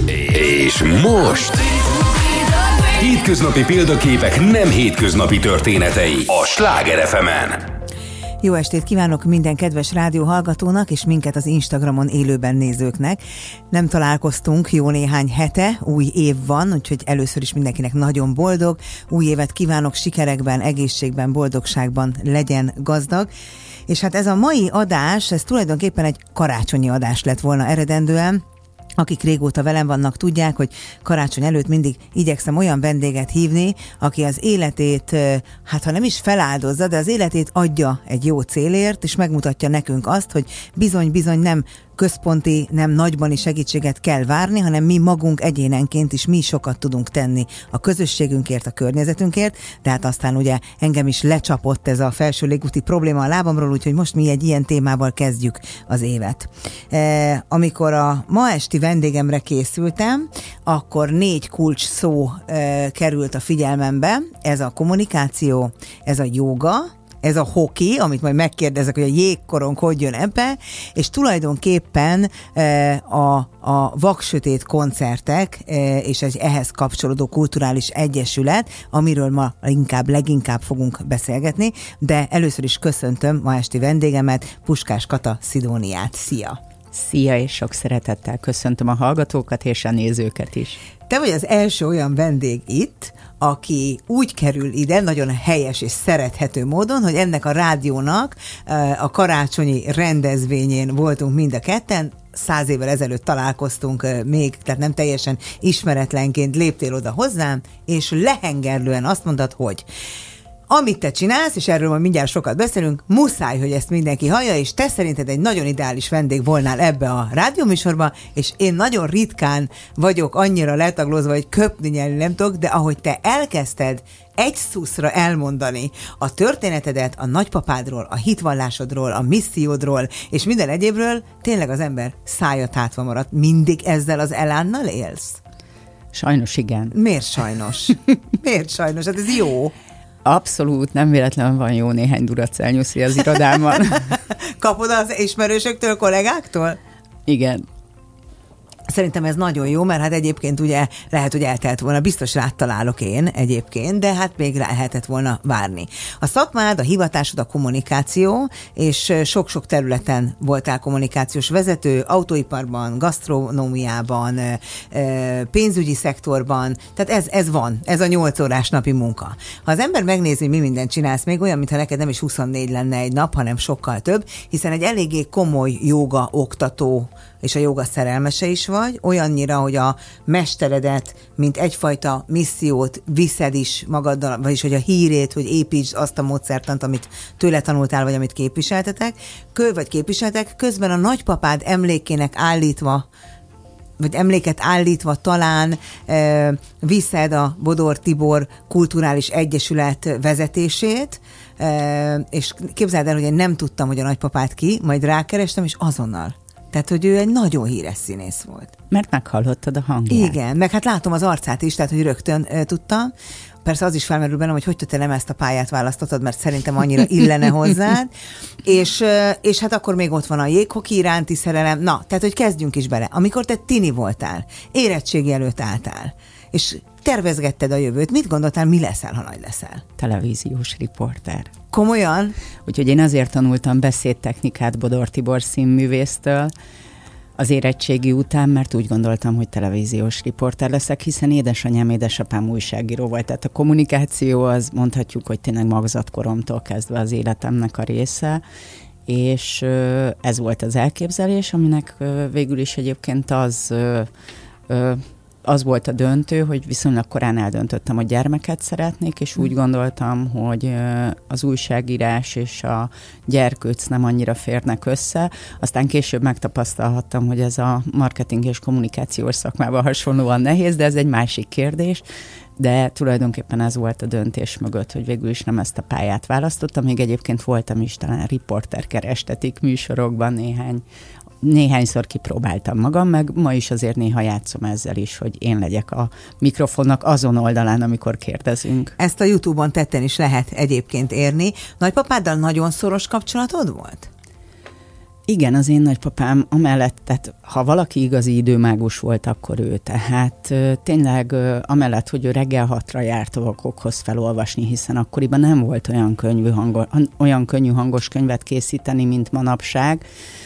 És most hétköznapi példaképek nem hétköznapi történetei a Sláger FM-en. Jó estét kívánok minden kedves rádióhallgatónak és minket az Instagramon élőben nézőknek. Nem találkoztunk jó néhány hete, új év van, úgyhogy először is mindenkinek nagyon boldog. Új évet kívánok, sikerekben, egészségben, boldogságban legyen gazdag. És hát ez a mai adás, ez tulajdonképpen egy karácsonyi adás lett volna eredendően. Akik régóta velem vannak, tudják, hogy karácsony előtt mindig igyekszem olyan vendéget hívni, aki az életét, hát ha nem is feláldozza, de az életét adja egy jó célért, és megmutatja nekünk azt, hogy bizony-bizony nem központi, nem nagybani segítséget kell várni, hanem mi magunk egyénenként is mi sokat tudunk tenni a közösségünkért, a környezetünkért, de hát aztán ugye engem is lecsapott ez a felső légúti probléma a lábamról, úgyhogy most mi egy ilyen témával kezdjük az évet. Amikor a ma esti vendégemre készültem, akkor 4 kulcs szó került a figyelmembe, ez a kommunikáció, ez a jóga, ez a hoki, amit majd megkérdezek, hogy a jégkorong hogy jön ebbe, és tulajdonképpen a Vaksötét koncertek és egy ehhez kapcsolódó kulturális egyesület, amiről ma leginkább fogunk beszélgetni, de először is köszöntöm ma esti vendégemet, Puskás Kata Szidóniát. Szia! Szia, és sok szeretettel köszöntöm a hallgatókat és a nézőket is. Te vagy az első olyan vendég itt, aki úgy kerül ide, nagyon helyes és szerethető módon, hogy ennek a rádiónak a karácsonyi rendezvényén voltunk mind a ketten, 100 évvel ezelőtt találkoztunk még, tehát nem teljesen ismeretlenként léptél oda hozzám, és lehengerlően azt mondtad, hogy amit te csinálsz, és erről majd mindjárt sokat beszélünk, muszáj, hogy ezt mindenki hallja, és te szerinted egy nagyon ideális vendég volnál ebbe a rádióműsorba, és én nagyon ritkán vagyok annyira letaglózva, hogy köpni nyelni nem tudok, de ahogy te elkezdted egy szuszra elmondani a történetedet, a nagypapádról, a hitvallásodról, a missziódról, és minden egyébről, tényleg az ember szája tátva maradt. Mindig ezzel az elánnal élsz? Sajnos igen. Miért sajnos? Miért sajnos? Hát ez jó. Abszolút, nem véletlenül van jó néhány Duracell-nyuszi az irodámban. Kapod az ismerősöktől, kollégáktól? Igen. Szerintem ez nagyon jó, mert hát egyébként ugye lehet, hogy eltelt volna, biztos rád találok én egyébként, de hát még lehetett volna várni. A szakmád, a hivatásod a kommunikáció, és sok-sok területen voltál kommunikációs vezető, autóiparban, gasztronómiában, pénzügyi szektorban, tehát ez van, ez a 8 órás napi munka. Ha az ember megnézi, mi mindent csinálsz, még olyan, mintha neked nem is 24 lenne egy nap, hanem sokkal több, hiszen egy eléggé komoly jóga oktató és a jóga szerelmese is vagy, olyannyira, hogy a mesteredet, mint egyfajta missziót viszed is magaddal, vagyis hogy a hírét, hogy építsd azt a módszertant, amit tőle tanultál, vagy amit képviseltek, közben a nagypapád emlékének állítva, vagy emléket állítva talán viszed a Bodor Tibor Kulturális Egyesület vezetését, és képzeld el, hogy én nem tudtam, hogy a nagypapád ki, majd rákerestem, és azonnal. Tehát, hogy ő egy nagyon híres színész volt. Mert meghallottad a hangját. Igen, meg hát látom az arcát is, tehát, hogy rögtön tudtam. Persze az is felmerül bennem, hogy te nem ezt a pályát választottad, mert szerintem annyira illene hozzád. És hát akkor még ott van a jéghoki iránti szerelem. Na, tehát, hogy kezdjünk is bele. Amikor te tini voltál, érettségi előtt álltál, és tervezgetted a jövőt, mit gondoltál, mi leszel, ha nagy leszel? Televíziós riporter. Komolyan? Úgyhogy én azért tanultam beszédtechnikát Bodor Tibor színművésztől az érettségi után, mert úgy gondoltam, hogy televíziós riporter leszek, hiszen édesapám újságíró volt. Tehát a kommunikáció az mondhatjuk, hogy tényleg magzatkoromtól kezdve az életemnek a része, és ez volt az elképzelés, aminek végül is egyébként az volt a döntő, hogy viszonylag korán eldöntöttem, hogy gyermeket szeretnék, és úgy gondoltam, hogy az újságírás és a gyerkőc nem annyira férnek össze. Aztán később megtapasztalhattam, hogy ez a marketing és kommunikációs szakmával hasonlóan nehéz, de ez egy másik kérdés. De tulajdonképpen ez volt a döntés mögött, hogy végül is nem ezt a pályát választottam. Még egyébként voltam is talán riporterkerestetik műsorokban néhányszor kipróbáltam magam, meg ma is azért néha játszom ezzel is, hogy én legyek a mikrofonnak azon oldalán, amikor kérdezünk. Ezt a YouTube-on tetten is lehet egyébként érni. Nagypapáddal nagyon szoros kapcsolatod volt? Igen, az én nagypapám amellett, tehát ha valaki igazi időmágus volt, akkor ő. Tehát tényleg amellett, hogy ő reggel 6-ra járt a vakokhoz felolvasni, hiszen akkoriban nem volt olyan könnyű hangos könyvet készíteni, mint manapság.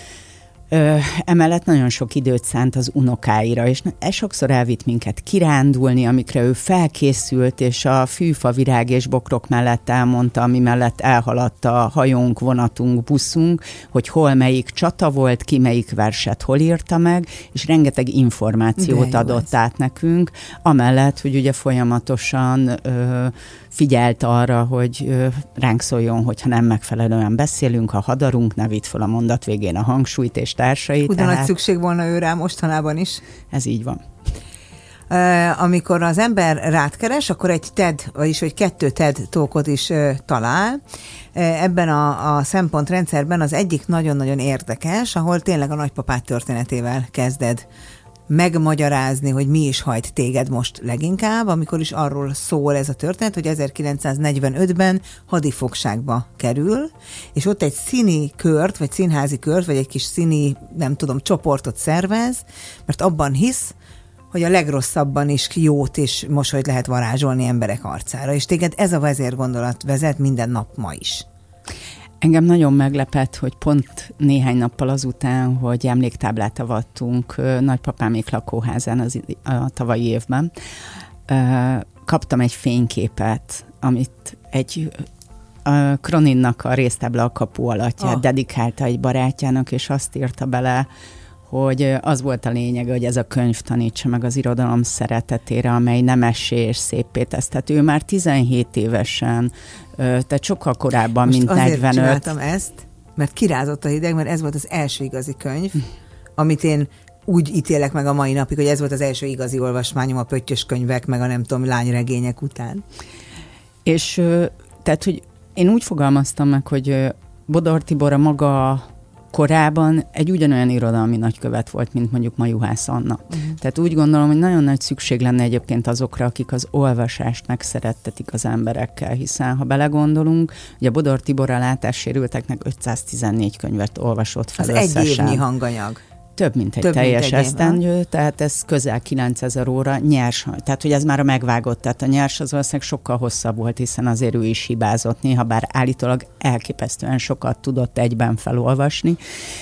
Emellett nagyon sok időt szánt az unokáira, és sokszor elvitt minket kirándulni, amikre ő felkészült, és a fűfa, virág és bokrok mellett elmondta, ami mellett elhaladt a hajónk, vonatunk, buszunk, hogy hol melyik csata volt, ki melyik verset hol írta meg, és rengeteg információt adott át nekünk, amellett, hogy ugye folyamatosan figyelt arra, hogy ránk szóljon, hogyha nem megfelelően beszélünk, ha hadarunk, ne vidd fel a mondat végén a hangsúlyt és társait. Ugyanagy szükség volna ő rá mostanában is. Ez így van. Amikor az ember rád keres, akkor egy TED, vagyis hogy 2 TED talkot is talál. Ebben a szempontrendszerben az egyik nagyon-nagyon érdekes, ahol tényleg a nagypapád történetével kezded megmagyarázni, hogy mi is hajt téged most leginkább, amikor is arról szól ez a történet, hogy 1945-ben hadifogságba kerül, és ott egy színi kört, vagy színházi kört, vagy egy kis színi, nem tudom, csoportot szervez, mert abban hisz, hogy a legrosszabban is jót és mosolyt lehet varázsolni emberek arcára, és téged ez a vezérgondolat vezet minden nap ma is. Engem nagyon meglepett, hogy pont néhány nappal azután, hogy emléktáblát avattunk nagypapámék lakóházán a tavalyi évben, kaptam egy fényképet, amit egy Croninnak a résztábla a kapu alattját dedikálta egy barátjának, és azt írta bele, hogy az volt a lényege, hogy ez a könyv tanítsa meg az irodalom szeretetére, amely nemessé és széppé tesz. Tehát ő már 17 évesen, tehát sokkal korábban, most mint 45. Most azért csináltam ezt, mert kirázott a hideg, mert ez volt az első igazi könyv, amit én úgy ítélek meg a mai napig, hogy ez volt az első igazi olvasmányom a pöttyös könyvek, meg a nem tudom, lányregények után. És tehát, hogy én úgy fogalmaztam meg, hogy Bodor Tibor a maga korában egy ugyanolyan irodalmi nagykövet volt, mint mondjuk ma Juhász Anna. Tehát úgy gondolom, hogy nagyon nagy szükség lenne egyébként azokra, akik az olvasást megszerettetik az emberekkel, hiszen ha belegondolunk, ugye Bodor Tibor a látássérülteknek 514 könyvet olvasott fel az összesen. Egy évnyi hanganyag. Több, mint egy teljes esztendő, tehát ez közel 9000 óra nyers, tehát hogy ez már a megvágott, tehát a nyers az valószínűleg sokkal hosszabb volt, hiszen azért ő is hibázott néha, bár állítólag elképesztően sokat tudott egyben felolvasni,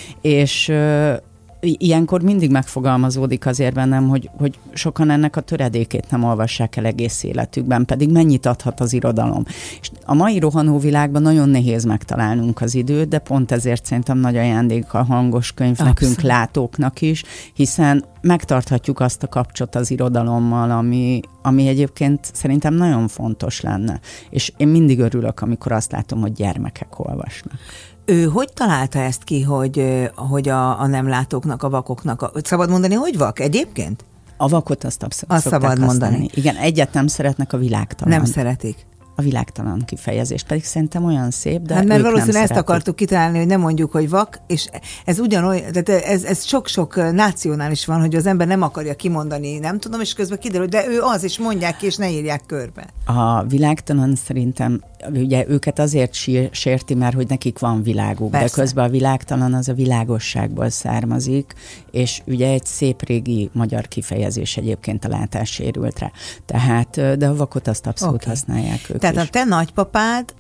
és ilyenkor mindig megfogalmazódik azért bennem, hogy sokan ennek a töredékét nem olvassák el egész életükben, pedig mennyit adhat az irodalom. És a mai rohanó világban nagyon nehéz megtalálnunk az időt, de pont ezért szerintem nagy ajándék a hangos könyv nekünk, látóknak is, hiszen megtarthatjuk azt a kapcsot az irodalommal, ami egyébként szerintem nagyon fontos lenne. És én mindig örülök, amikor azt látom, hogy gyermekek olvasnak. Ő hogy találta ezt ki, hogy a nem látóknak, a vakoknak, szabad mondani, hogy vak egyébként? A vakot azt szabad mondani. Igen, egyet nem szeretnek, a világtalan. Nem szeretik. A világtalan kifejezést, pedig szerintem olyan szép, de hát mert valószínűleg ezt akartuk kitalálni, hogy nem mondjuk, hogy vak, és ez ugyanolyan, tehát ez sok-sok nácionális van, hogy az ember nem akarja kimondani, nem tudom, és közben kiderül, de ő az, és mondják ki, és ne írják körbe. A világtalan szerintem, ugye őket azért sérti, mert hogy nekik van világuk, persze. De közben a világtalan az a világosságból származik, és ugye egy szép régi magyar kifejezés egyébként a látássérültre. Tehát, de a vakot azt abszolút használják ők. Tehát a te nagypapád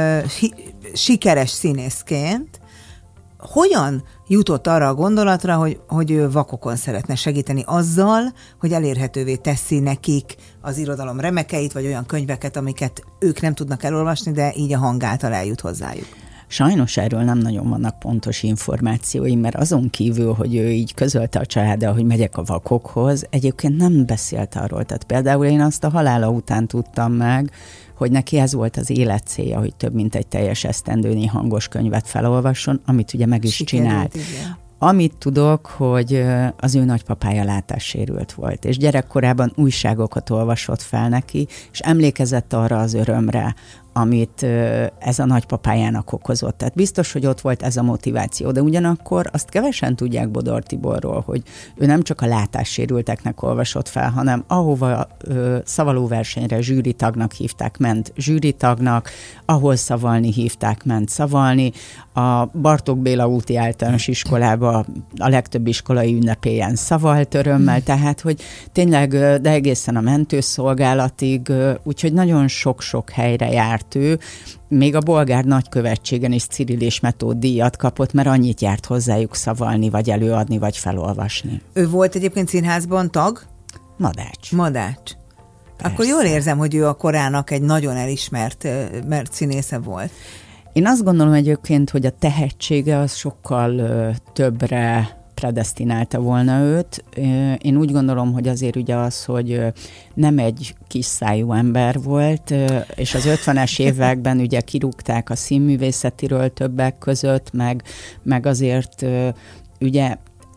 sikeres színészként hogyan jutott arra a gondolatra, hogy ő vakokon szeretne segíteni azzal, hogy elérhetővé teszi nekik az irodalom remekeit, vagy olyan könyveket, amiket ők nem tudnak elolvasni, de így a hang által eljut hozzájuk? Sajnos erről nem nagyon vannak pontos információim, mert azon kívül, hogy ő így közölte a családdal, hogy megyek a vakokhoz, egyébként nem beszélt arról. Tehát például én azt a halála után tudtam meg, hogy neki ez volt az élet célja, hogy több mint egy teljes esztendőnyi hangos könyvet felolvasson, amit ugye meg is csinált. Igen. Amit tudok, hogy az ő nagypapája látássérült volt, és gyerekkorában újságokat olvasott fel neki, és emlékezett arra az örömre, amit ez a nagypapájának okozott. Tehát biztos, hogy ott volt ez a motiváció, de ugyanakkor azt kevesen tudják Bodor Tiborról, hogy ő nem csak a látássérülteknek olvasott fel, hanem ahova szavalóversenyre zsűritagnak hívták, ment zsűritagnak, ahol szavalni hívták, ment szavalni. A Bartók Béla úti általános iskolába a legtöbb iskolai ünnepélyen szavalt örömmel, tehát, hogy tényleg, de egészen a mentőszolgálatig, úgyhogy nagyon sok-sok helyre járt ő. Még a bolgár nagykövetségen is Cyril és Metód díjat kapott, mert annyit járt hozzájuk szavalni, vagy előadni, vagy felolvasni. Ő volt egyébként színházban tag? Madács. Persze. Akkor jól érzem, hogy ő a korának egy nagyon elismert színésze volt. Én azt gondolom egyébként, hogy a tehetsége az sokkal többre predesztinálta volna őt. Én úgy gondolom, hogy azért ugye az, hogy nem egy kis szájú ember volt, és az 50-es években ugye kirúgták a színművészetiről többek között, meg azért ugye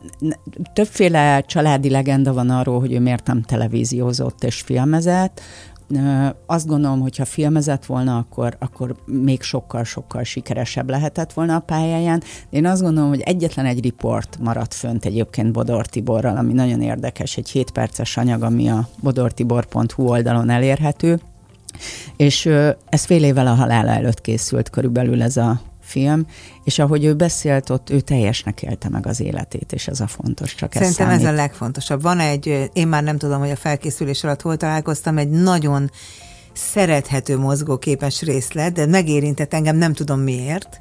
többféle családi legenda van arról, hogy ő miért nem televíziózott és filmezett. Azt gondolom, hogyha filmezett volna, akkor még sokkal-sokkal sikeresebb lehetett volna a pályáján. Én azt gondolom, hogy egyetlen egy riport maradt fönt egyébként Bodor Tiborral, ami nagyon érdekes, egy 7 perces anyag, ami a bodortibor.hu oldalon elérhető, és ez fél évvel a halála előtt készült körülbelül ez a film, és ahogy ő beszélt, ott ő teljesnek élte meg az életét, és ez a fontos, csak szerintem ez a legfontosabb. Van én már nem tudom, hogy a felkészülés alatt hol találkoztam, egy nagyon szerethető, mozgóképes részlet, de megérintett engem, nem tudom miért.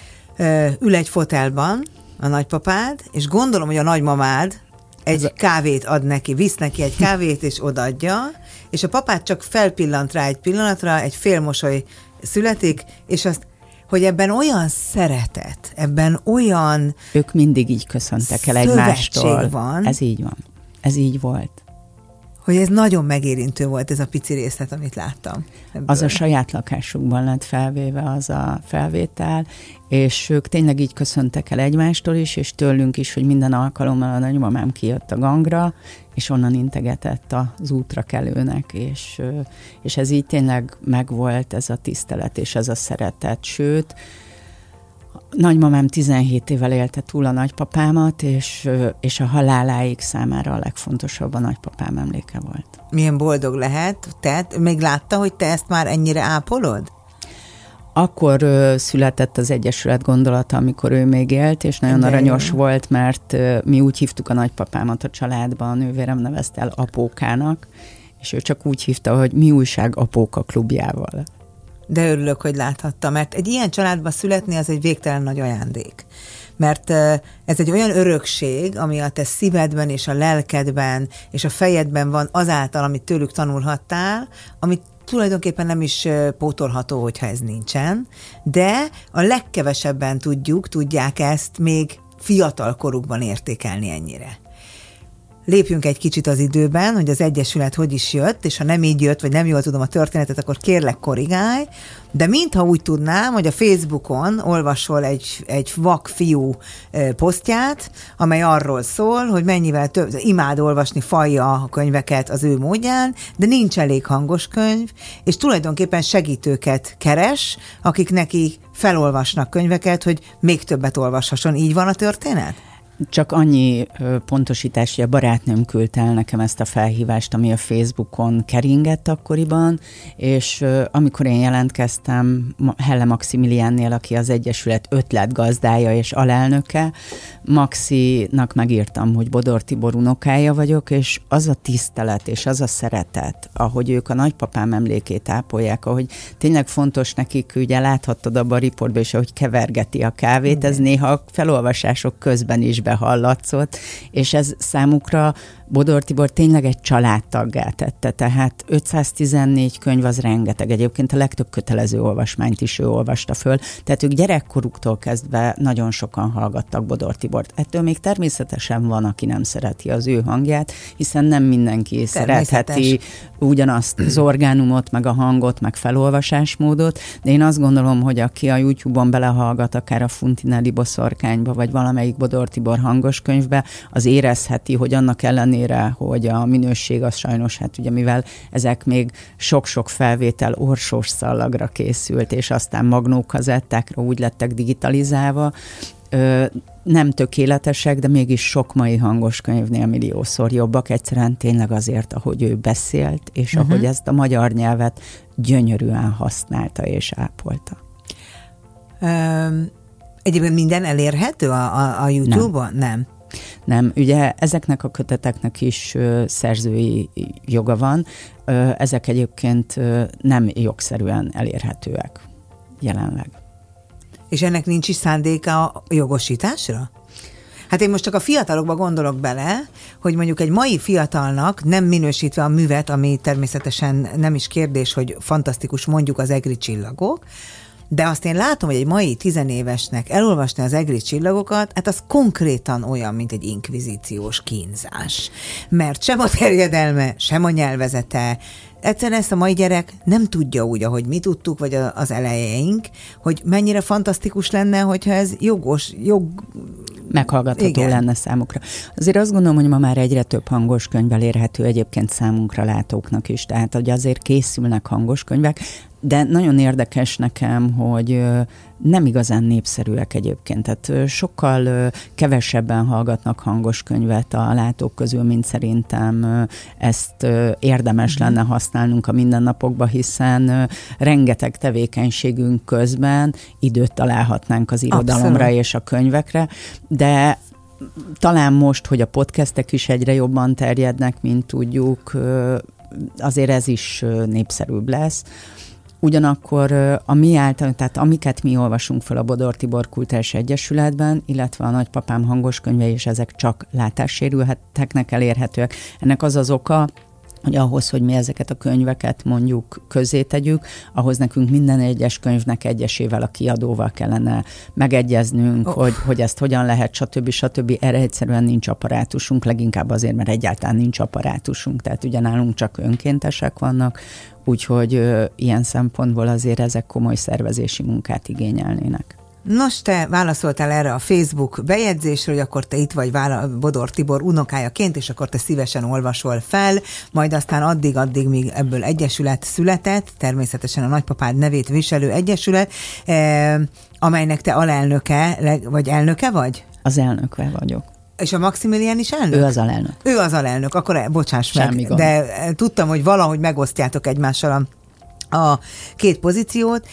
Ül egy fotelban a nagypapád, és gondolom, hogy a nagymamád egy kávét ad neki, visz neki egy kávét, és odaadja, és a papád csak felpillant rá egy pillanatra, egy félmosoly születik, és azt hogy ebben olyan szeretet, ebben olyan ők mindig így köszöntek el egymástól. Van. Ez így van. Ez így volt. Hogy ez nagyon megérintő volt, ez a pici részlet, amit láttam. Ebből. Az a saját lakásukban lett felvéve az a felvétel, és ők tényleg így köszöntek el egymástól is, és tőlünk is, hogy minden alkalommal a nagymamám kijött a gangra, és onnan integetett az útra kelőnek, és ez így tényleg megvolt, ez a tisztelet és ez a szeretet. Sőt, nagymamám 17 évvel élte túl a nagypapámat, és a haláláig számára a legfontosabb a nagypapám emléke volt. Milyen boldog lehet? Te még látta, hogy te ezt már ennyire ápolod? Akkor született az Egyesület gondolata, amikor ő még élt, és nagyon aranyos volt, mert mi úgy hívtuk a nagypapámat a családban, a nővérem nevezte el Apókának, és ő csak úgy hívta, hogy Mi újság Apóka klubjával. De örülök, hogy láthattam, mert egy ilyen családba születni az egy végtelen nagy ajándék. Mert ez egy olyan örökség, ami a te szívedben és a lelkedben és a fejedben van azáltal, amit tőlük tanulhattál, amit tulajdonképpen nem is pótolható, hogyha ez nincsen, de a legkevesebben tudják ezt még fiatal korukban értékelni ennyire. Lépjünk egy kicsit az időben, hogy az Egyesület hogy is jött, és ha nem így jött, vagy nem jól tudom a történetet, akkor kérlek korrigálj, de mintha úgy tudnám, hogy a Facebookon olvasol egy vak fiú posztját, amely arról szól, hogy mennyivel több, imád olvasni, falja a könyveket az ő módján, de nincs elég hangos könyv, és tulajdonképpen segítőket keres, akik neki felolvasnak könyveket, hogy még többet olvashasson. Így van a történet? Csak annyi pontosítás, hogy a barátnőm küldte el nekem ezt a felhívást, ami a Facebookon keringett akkoriban, és amikor én jelentkeztem Helle Maximiliánnél, aki az Egyesület ötletgazdája és alelnöke, Maxinak megírtam, hogy Bodor Tibor unokája vagyok, és az a tisztelet és az a szeretet, ahogy ők a nagypapám emlékét ápolják, ahogy tényleg fontos nekik, ugye láthattad abban a riportban is, ahogy kevergeti a kávét, ez néha a felolvasások közben is behallatszott, és ez számukra Bodor Tibor tényleg egy családtaggá tette, tehát 514 könyv az rengeteg, egyébként a legtöbb kötelező olvasmányt is ő olvasta föl, tehát ők gyerekkoruktól kezdve nagyon sokan hallgattak Bodor Tibort. Ettől még természetesen van, aki nem szereti az ő hangját, hiszen nem mindenki szeretheti ugyanazt az orgánumot, meg a hangot, meg felolvasásmódot, de én azt gondolom, hogy aki a YouTube-on belehallgat, akár a Funtinelli boszorkányba, vagy valamelyik Bodor Tibor Bódor hangoskönyvbe, az érezheti, hogy annak ellenére, hogy a minőség az sajnos, hát ugye mivel ezek még sok-sok felvétel orsós szallagra készült, és aztán magnókazettákra úgy lettek digitalizálva, nem tökéletesek, de mégis sok mai hangoskönyvnél milliószor jobbak, egyszerűen tényleg azért, ahogy ő beszélt, és ahogy ezt a magyar nyelvet gyönyörűen használta és ápolta. Egyébként minden elérhető a YouTube-on? Nem, ugye ezeknek a köteteknek is szerzői joga van, ezek egyébként nem jogszerűen elérhetőek jelenleg. És ennek nincs is szándéka a jogosításra? Hát én most csak a fiatalokba gondolok bele, hogy mondjuk egy mai fiatalnak nem minősítve a művet, ami természetesen nem is kérdés, hogy fantasztikus, mondjuk az Egri csillagok, de azt én látom, hogy egy mai tizenévesnek elolvasni az Egri csillagokat, hát az konkrétan olyan, mint egy inkvizíciós kínzás. Mert sem a terjedelme, sem a nyelvezete, egyszerűen ezt a mai gyerek nem tudja úgy, ahogy mi tudtuk, vagy az elejeink, hogy mennyire fantasztikus lenne, hogyha ez meghallgatható lenne számukra. Azért azt gondolom, hogy ma már egyre több hangos könyv elérhető egyébként számunkra látóknak is, tehát hogy azért készülnek hangos könyvek, de nagyon érdekes nekem, hogy nem igazán népszerűek egyébként. Tehát sokkal kevesebben hallgatnak hangos könyvet a látók közül, mint szerintem ezt érdemes lenne használnunk a mindennapokban, hiszen rengeteg tevékenységünk közben időt találhatnánk az irodalomra és a könyvekre, de talán most, hogy a podcastek is egyre jobban terjednek, mint tudjuk, azért ez is népszerűbb lesz. Ugyanakkor a mi által, tehát amiket mi olvasunk fel a Bodor Tibor Kulturális Egyesületben, illetve a nagypapám hangoskönyve, és ezek csak látássérülteknek elérhetőek. Ennek az az oka, hogy ahhoz, hogy mi ezeket a könyveket mondjuk közzé tegyük, ahhoz nekünk minden egyes könyvnek egyesével, a kiadóval kellene megegyeznünk, hogy ezt hogyan lehet, stb. Erre egyszerűen nincs apparátusunk, leginkább azért, mert egyáltalán nincs apparátusunk, tehát ugye nálunk csak önkéntesek vannak, úgyhogy ilyen szempontból azért ezek komoly szervezési munkát igényelnének. Nos, te válaszoltál erre a Facebook bejegyzésre, hogy akkor te itt vagy Bodor Tibor unokájaként, és akkor te szívesen olvasol fel, majd aztán addig, míg ebből egyesület született, természetesen a nagypapád nevét viselő egyesület, amelynek te alelnöke, vagy elnöke vagy? Az elnöke vagyok. És a Maximilián is elnök? Ő az alelnök. Ő az alelnök, akkor bocsáss meg. Semmi gond. De tudtam, hogy valahogy megosztjátok egymással a két pozíciót,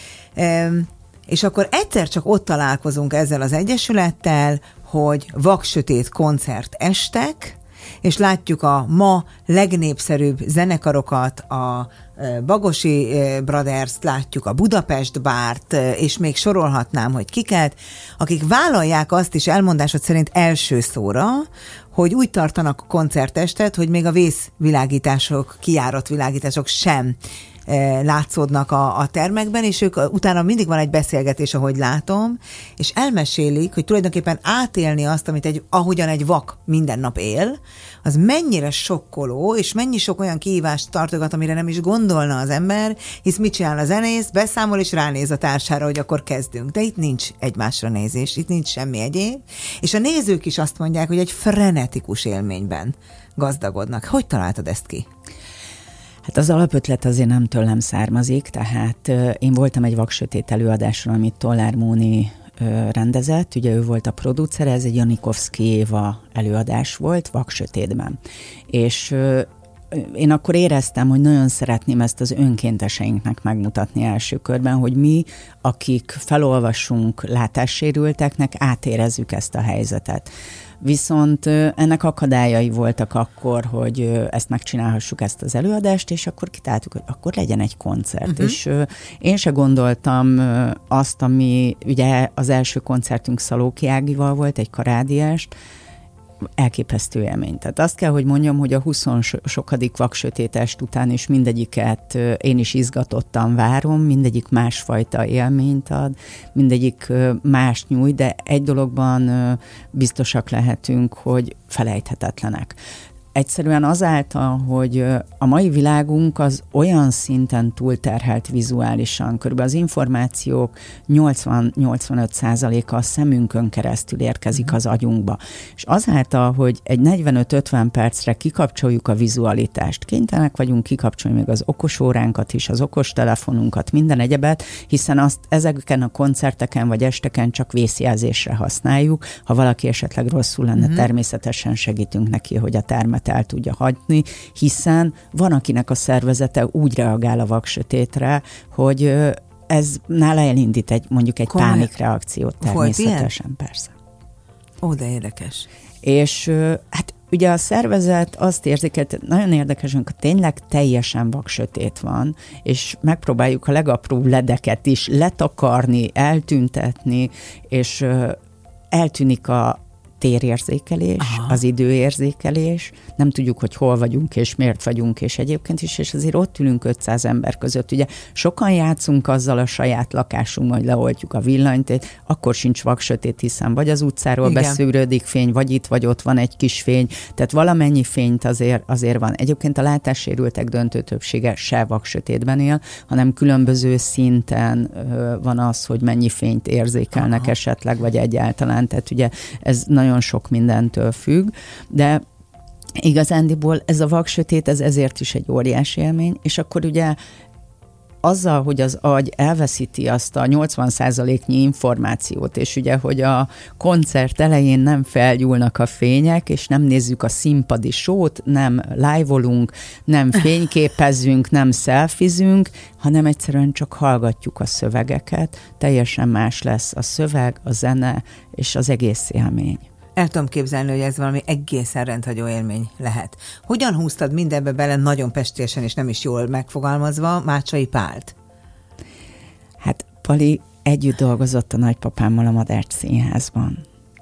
és akkor egyszer csak ott találkozunk ezzel az egyesülettel, hogy vaksötét koncertestek, és látjuk a ma legnépszerűbb zenekarokat, a Bagosi Brothers-t, látjuk a Budapest Bárt, és még sorolhatnám, hogy kiket, akik vállalják azt is elmondásod szerint első szóra, hogy úgy tartanak koncertestet, hogy még a vészvilágítások, kijárat világítások sem látszódnak a termekben, és ők utána mindig van egy beszélgetés, ahogy látom, és elmesélik, hogy tulajdonképpen átélni azt, ahogyan egy vak minden nap él, az mennyire sokkoló, és mennyi sok olyan kihívást tartogat, amire nem is gondolna az ember, hisz mit csinál a zenész, beszámol és ránéz a társára, hogy akkor kezdünk. De itt nincs egymásra nézés, itt nincs semmi egyéb, és a nézők is azt mondják, hogy egy frenetikus élményben gazdagodnak. Hogy találtad ezt ki? Hát az alapötlet azért nem tőlem származik, tehát én voltam egy vaksötét előadáson, amit Tollár Móni rendezett, ugye ő volt a producer, ez egy Janikovszky Éva előadás volt, vaksötétben. És én akkor éreztem, hogy nagyon szeretném ezt az önkénteseinknek megmutatni első körben, hogy mi, akik felolvasunk látássérülteknek, átérezzük ezt a helyzetet. Viszont ennek akadályai voltak akkor, hogy ezt megcsinálhassuk, ezt az előadást, és akkor kitáltuk, hogy akkor legyen egy koncert. És én se gondoltam azt, ami ugye az első koncertünk Szalóki Ágival volt, egy karádiást, elképesztő élmény. Tehát azt kell, hogy mondjam, hogy a 20-sokadik vaksötétest után is mindegyiket én is izgatottan várom, mindegyik másfajta élményt ad, mindegyik mást nyújt, de egy dologban biztosak lehetünk, hogy felejthetetlenek. egyszerűen azáltal, hogy a mai világunk az olyan szinten túlterhelt vizuálisan, körülbelül az információk 80-85%-a a szemünkön keresztül érkezik az agyunkba. És azáltal, hogy egy 45-50 percre kikapcsoljuk a vizualitást, kénytelenek vagyunk kikapcsolni még az okosóránkat is, az okostelefonunkat, minden egyebet, hiszen azt ezeken a koncerteken vagy esteken csak vészjelzésre használjuk. Ha valaki esetleg rosszul lenne, természetesen segítünk neki, hogy a termet el tudja hagyni, hiszen van, akinek a szervezete úgy reagál a vaksötétre, hogy ez nála elindít mondjuk egy pánikreakciót természetesen, persze. Ó, de érdekes. És hát ugye a szervezet azt érzékelt, nagyon érdekes, amikor tényleg teljesen vaksötét van, és megpróbáljuk a legapróbb ledeket is letakarni, eltüntetni, és eltűnik a térérzékelés, az időérzékelés, nem tudjuk, hogy hol vagyunk, és miért vagyunk, és egyébként is, és azért ott ülünk 500 ember között. Ugye sokan játszunk azzal a saját lakásunkban, hogy leoltjuk a villanyt, akkor sincs vaksötét, hiszen vagy az utcáról beszűrődik fény, vagy itt, vagy ott van egy kis fény, tehát valamennyi fényt azért van. Egyébként a látássérültek döntő többsége se vaksötétben él, hanem különböző szinten van az, hogy mennyi fényt érzékelnek esetleg, vagy egyáltalán, tehát ugye ez nagyon sok mindentől függ, de igazándiból ez a vaksötét, ez ezért is egy óriási élmény, és akkor ugye azzal, hogy az agy elveszíti azt a 80%-nyi információt, és ugye, hogy a koncert elején nem felgyúlnak a fények, és nem nézzük a színpadi sót, nem live-olunk, nem fényképezzünk, nem szelfizünk, hanem egyszerűen csak hallgatjuk a szövegeket, teljesen más lesz a szöveg, a zene és az egész élmény. El tudom képzelni, hogy ez valami egészen rendhagyó élmény lehet. Hogyan húztad mindebbe bele nagyon pestélyesen és nem is jól megfogalmazva Mácsai Pált? Hát Pali együtt dolgozott a nagypapámmal a Madách Színházban.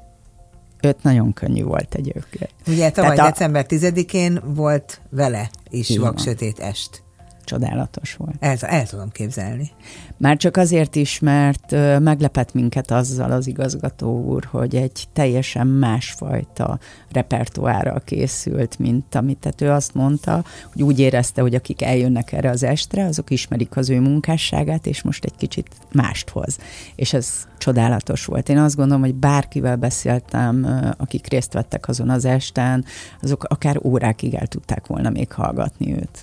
Őt nagyon könnyű volt egyébként. Ugye tavaly december 10-én volt vele is vaksötét est. Csodálatos volt. El tudom képzelni. Már csak azért is, mert meglepett minket azzal az igazgató úr, hogy egy teljesen másfajta repertoárral készült, mint amit. Tehát ő azt mondta, hogy úgy érezte, hogy akik eljönnek erre az estre, azok ismerik az ő munkásságát, és most egy kicsit mást hoz. És ez csodálatos volt. Én azt gondolom, hogy bárkivel beszéltem, akik részt vettek azon az esten, azok akár órákig el tudták volna még hallgatni őt.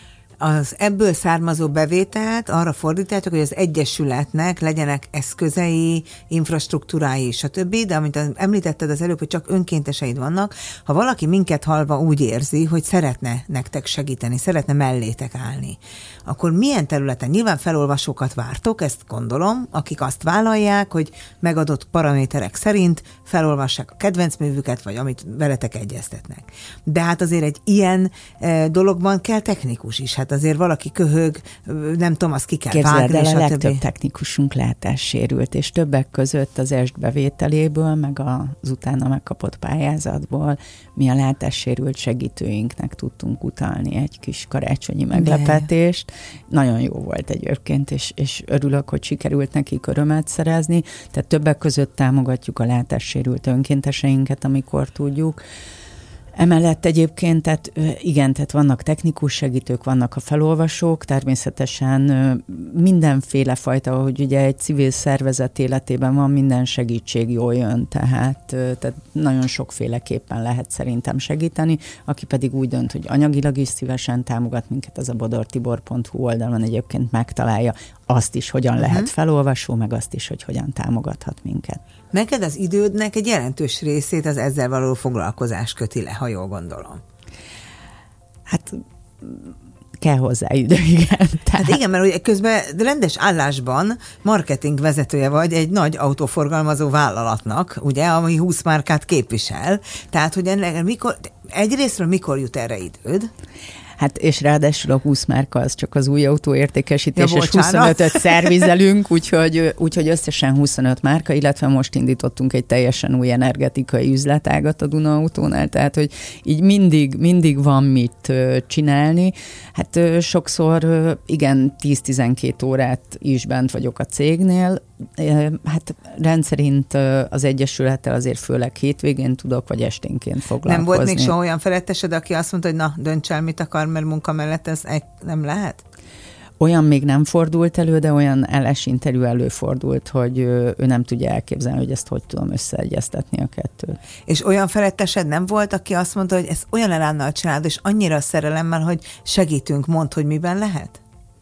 Az ebből származó bevételt arra fordítjátok, hogy az egyesületnek legyenek eszközei, infrastruktúrái, stb., de amit említetted az előbb, hogy csak önkénteseid vannak, ha valaki minket hallva úgy érzi, hogy szeretne nektek segíteni, szeretne mellétek állni, akkor milyen területen? Nyilván felolvasókat vártok, ezt gondolom, akik azt vállalják, hogy megadott paraméterek szerint felolvassák a kedvenc művüket, vagy amit veletek egyeztetnek. De hát azért egy ilyen dologban kell technikus is. Hát azért valaki köhög, nem tudom, azt ki kell vágni, stb. A legtöbb technikusunk látássérült, és többek között az est bevételéből, meg az utána megkapott pályázatból mi a látássérült segítőinknek tudtunk utalni egy kis karácsonyi meglepetést. Nagyon jó volt egyébként, és örülök, hogy sikerült nekik örömet szerezni. Tehát többek között támogatjuk a látássérült önkénteseinket, amikor tudjuk. Emellett egyébként, tehát vannak technikus segítők, vannak a felolvasók, természetesen mindenféle fajta, hogy ugye egy civil szervezet életében van, minden segítség jól jön, tehát nagyon sokféleképpen lehet szerintem segíteni, aki pedig úgy dönt, hogy anyagilag is szívesen támogat minket, az a bodortibor.hu oldalon egyébként megtalálja azt is, hogyan lehet felolvasó, meg azt is, hogy hogyan támogathat minket. Neked az idődnek egy jelentős részét az ezzel való foglalkozás köti le, ha jól gondolom. Hát kell hozzá idő, igen. Hát igen, mert ugye közben rendes állásban marketing vezetője vagy egy nagy autóforgalmazó vállalatnak, ugye, ami 20 márkát képvisel. Tehát, hogy ennek egyrésztről mikor jut erre időd? Hát és ráadásul a 20 márka az csak az új autó értékesítés, és 25-öt szervizelünk, úgyhogy összesen 25 márka, illetve most indítottunk egy teljesen új energetikai üzletágat a Duna Autónál, tehát hogy így mindig van mit csinálni. Hát sokszor igen, 10-12 órát is bent vagyok a cégnél. Hát rendszerint az Egyesülettel azért főleg hétvégén tudok, vagy esténként foglalkozni. Nem volt még soha olyan felettesed, aki azt mondta, hogy na, dönts el, mit akar, mert munka mellett ez nem lehet? Olyan még nem fordult elő, de olyan állásinterjú előfordult, hogy ő nem tudja elképzelni, hogy ezt hogy tudom összeegyeztetni a kettőt. És olyan felettesed nem volt, aki azt mondta, hogy ezt olyan elánnal csinálod, és annyira szerelemmel, hogy segítünk, mondd, hogy miben lehet?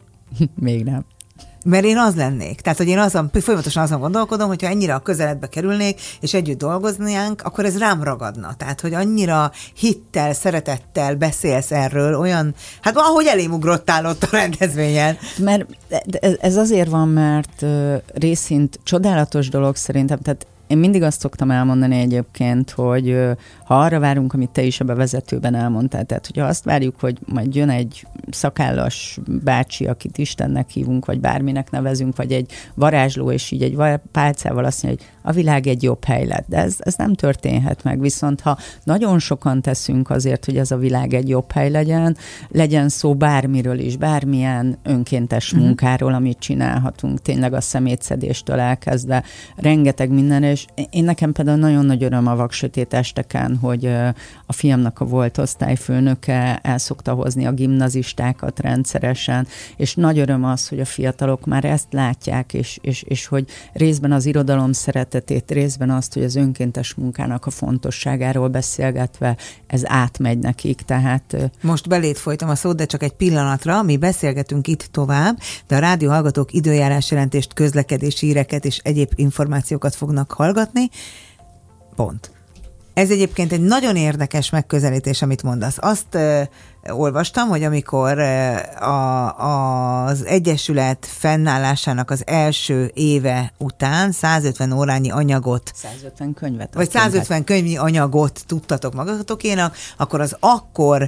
Még nem. Mert én az lennék. Tehát, hogy én folyamatosan azon gondolkodom, hogyha ennyire a közeledbe kerülnék, és együtt dolgoznánk, akkor ez rám ragadna. Tehát, hogy annyira hittel, szeretettel beszélsz erről, olyan, hát ahogy elém ugrottál ott a rendezvényen. Mert ez azért van, mert részint csodálatos dolog szerintem, tehát én mindig azt szoktam elmondani egyébként, hogy ha arra várunk, amit te is a bevezetőben elmondtál, tehát hogyha azt várjuk, hogy majd jön egy szakállas bácsi, akit Istennek hívunk, vagy bárminek nevezünk, vagy egy varázsló, és így egy pálcával azt mondja, hogy a világ egy jobb hely lett. De ez nem történhet meg. Viszont ha nagyon sokan teszünk azért, hogy ez a világ egy jobb hely legyen szó bármiről is, bármilyen önkéntes munkáról, amit csinálhatunk, tényleg a szemétszedéstől elkezdve, rengeteg minden, és én nekem például nagyon nagy öröm a vaksötét esteken, hogy a fiamnak a volt osztályfőnöke el szokta hozni a gimnazistákat rendszeresen, és nagy öröm az, hogy a fiatalok már ezt látják, és hogy részben az irodalom szeretetét, részben azt, hogy az önkéntes munkának a fontosságáról beszélgetve ez átmegy nekik, tehát... Most beléd folytam a szót, de csak egy pillanatra, mi beszélgetünk itt tovább, de a rádióhallgatók időjárásjelentést, közlekedési híreket és egyéb információkat fognak hallgatni. Pont. Ez egyébként egy nagyon érdekes megközelítés, amit mondasz. Azt olvastam, hogy amikor az Egyesület fennállásának az első éve után 150 órányi anyagot... 150 könyvet. Vagy 150 könyvnyi anyagot tudtatok magatokénak, akkor az akkor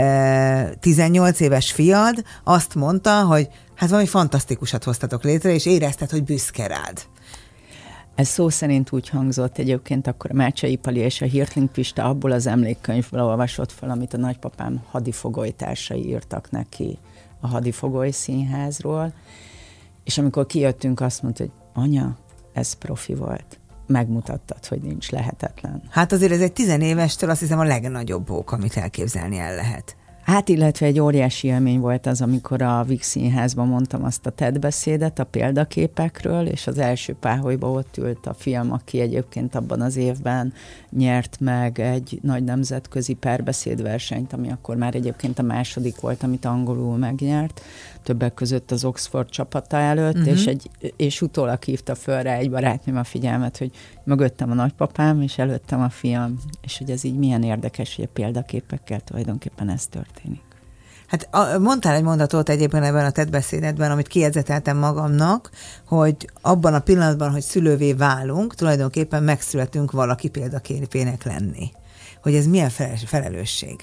18 éves fiad azt mondta, hogy hát valami fantasztikusat hoztatok létre, és érezted, hogy büszke rád. Ez szó szerint úgy hangzott egyébként, akkor a Mácsai Pali és a Hirtling Pista abból az emlékkönyvből olvasott fel, amit a nagypapám hadifogolytársai írtak neki a Hadifogoly Színházról, és amikor kijöttünk, azt mondta, hogy anya, ez profi volt. Megmutattad, hogy nincs lehetetlen. Hát azért ez egy 10 évestől azt hiszem a legnagyobb ok, amit elképzelni el lehet. Hát, illetve egy óriási élmény volt az, amikor a Víg Színházban mondtam azt a TED beszédet a példaképekről, és az első páholyban ott ült a fiam, aki egyébként abban az évben nyert meg egy nagy nemzetközi párbeszédversenyt, ami akkor már egyébként a második volt, amit angolul megnyert, többek között az Oxford csapata előtt, és utólag hívta föl rá egy barátnőm a figyelmet, hogy mögöttem a nagypapám, és előttem a fiam, és hogy ez így milyen érdekes, hogy a példaképekkel tulajdonképpen ez történik. Hát mondtál egy mondatot egyébként ebben a TED beszédedben, amit kijegyzeteltem magamnak, hogy abban a pillanatban, hogy szülővé válunk, tulajdonképpen megszületünk valaki példaképének lenni. Hogy ez milyen felelősség?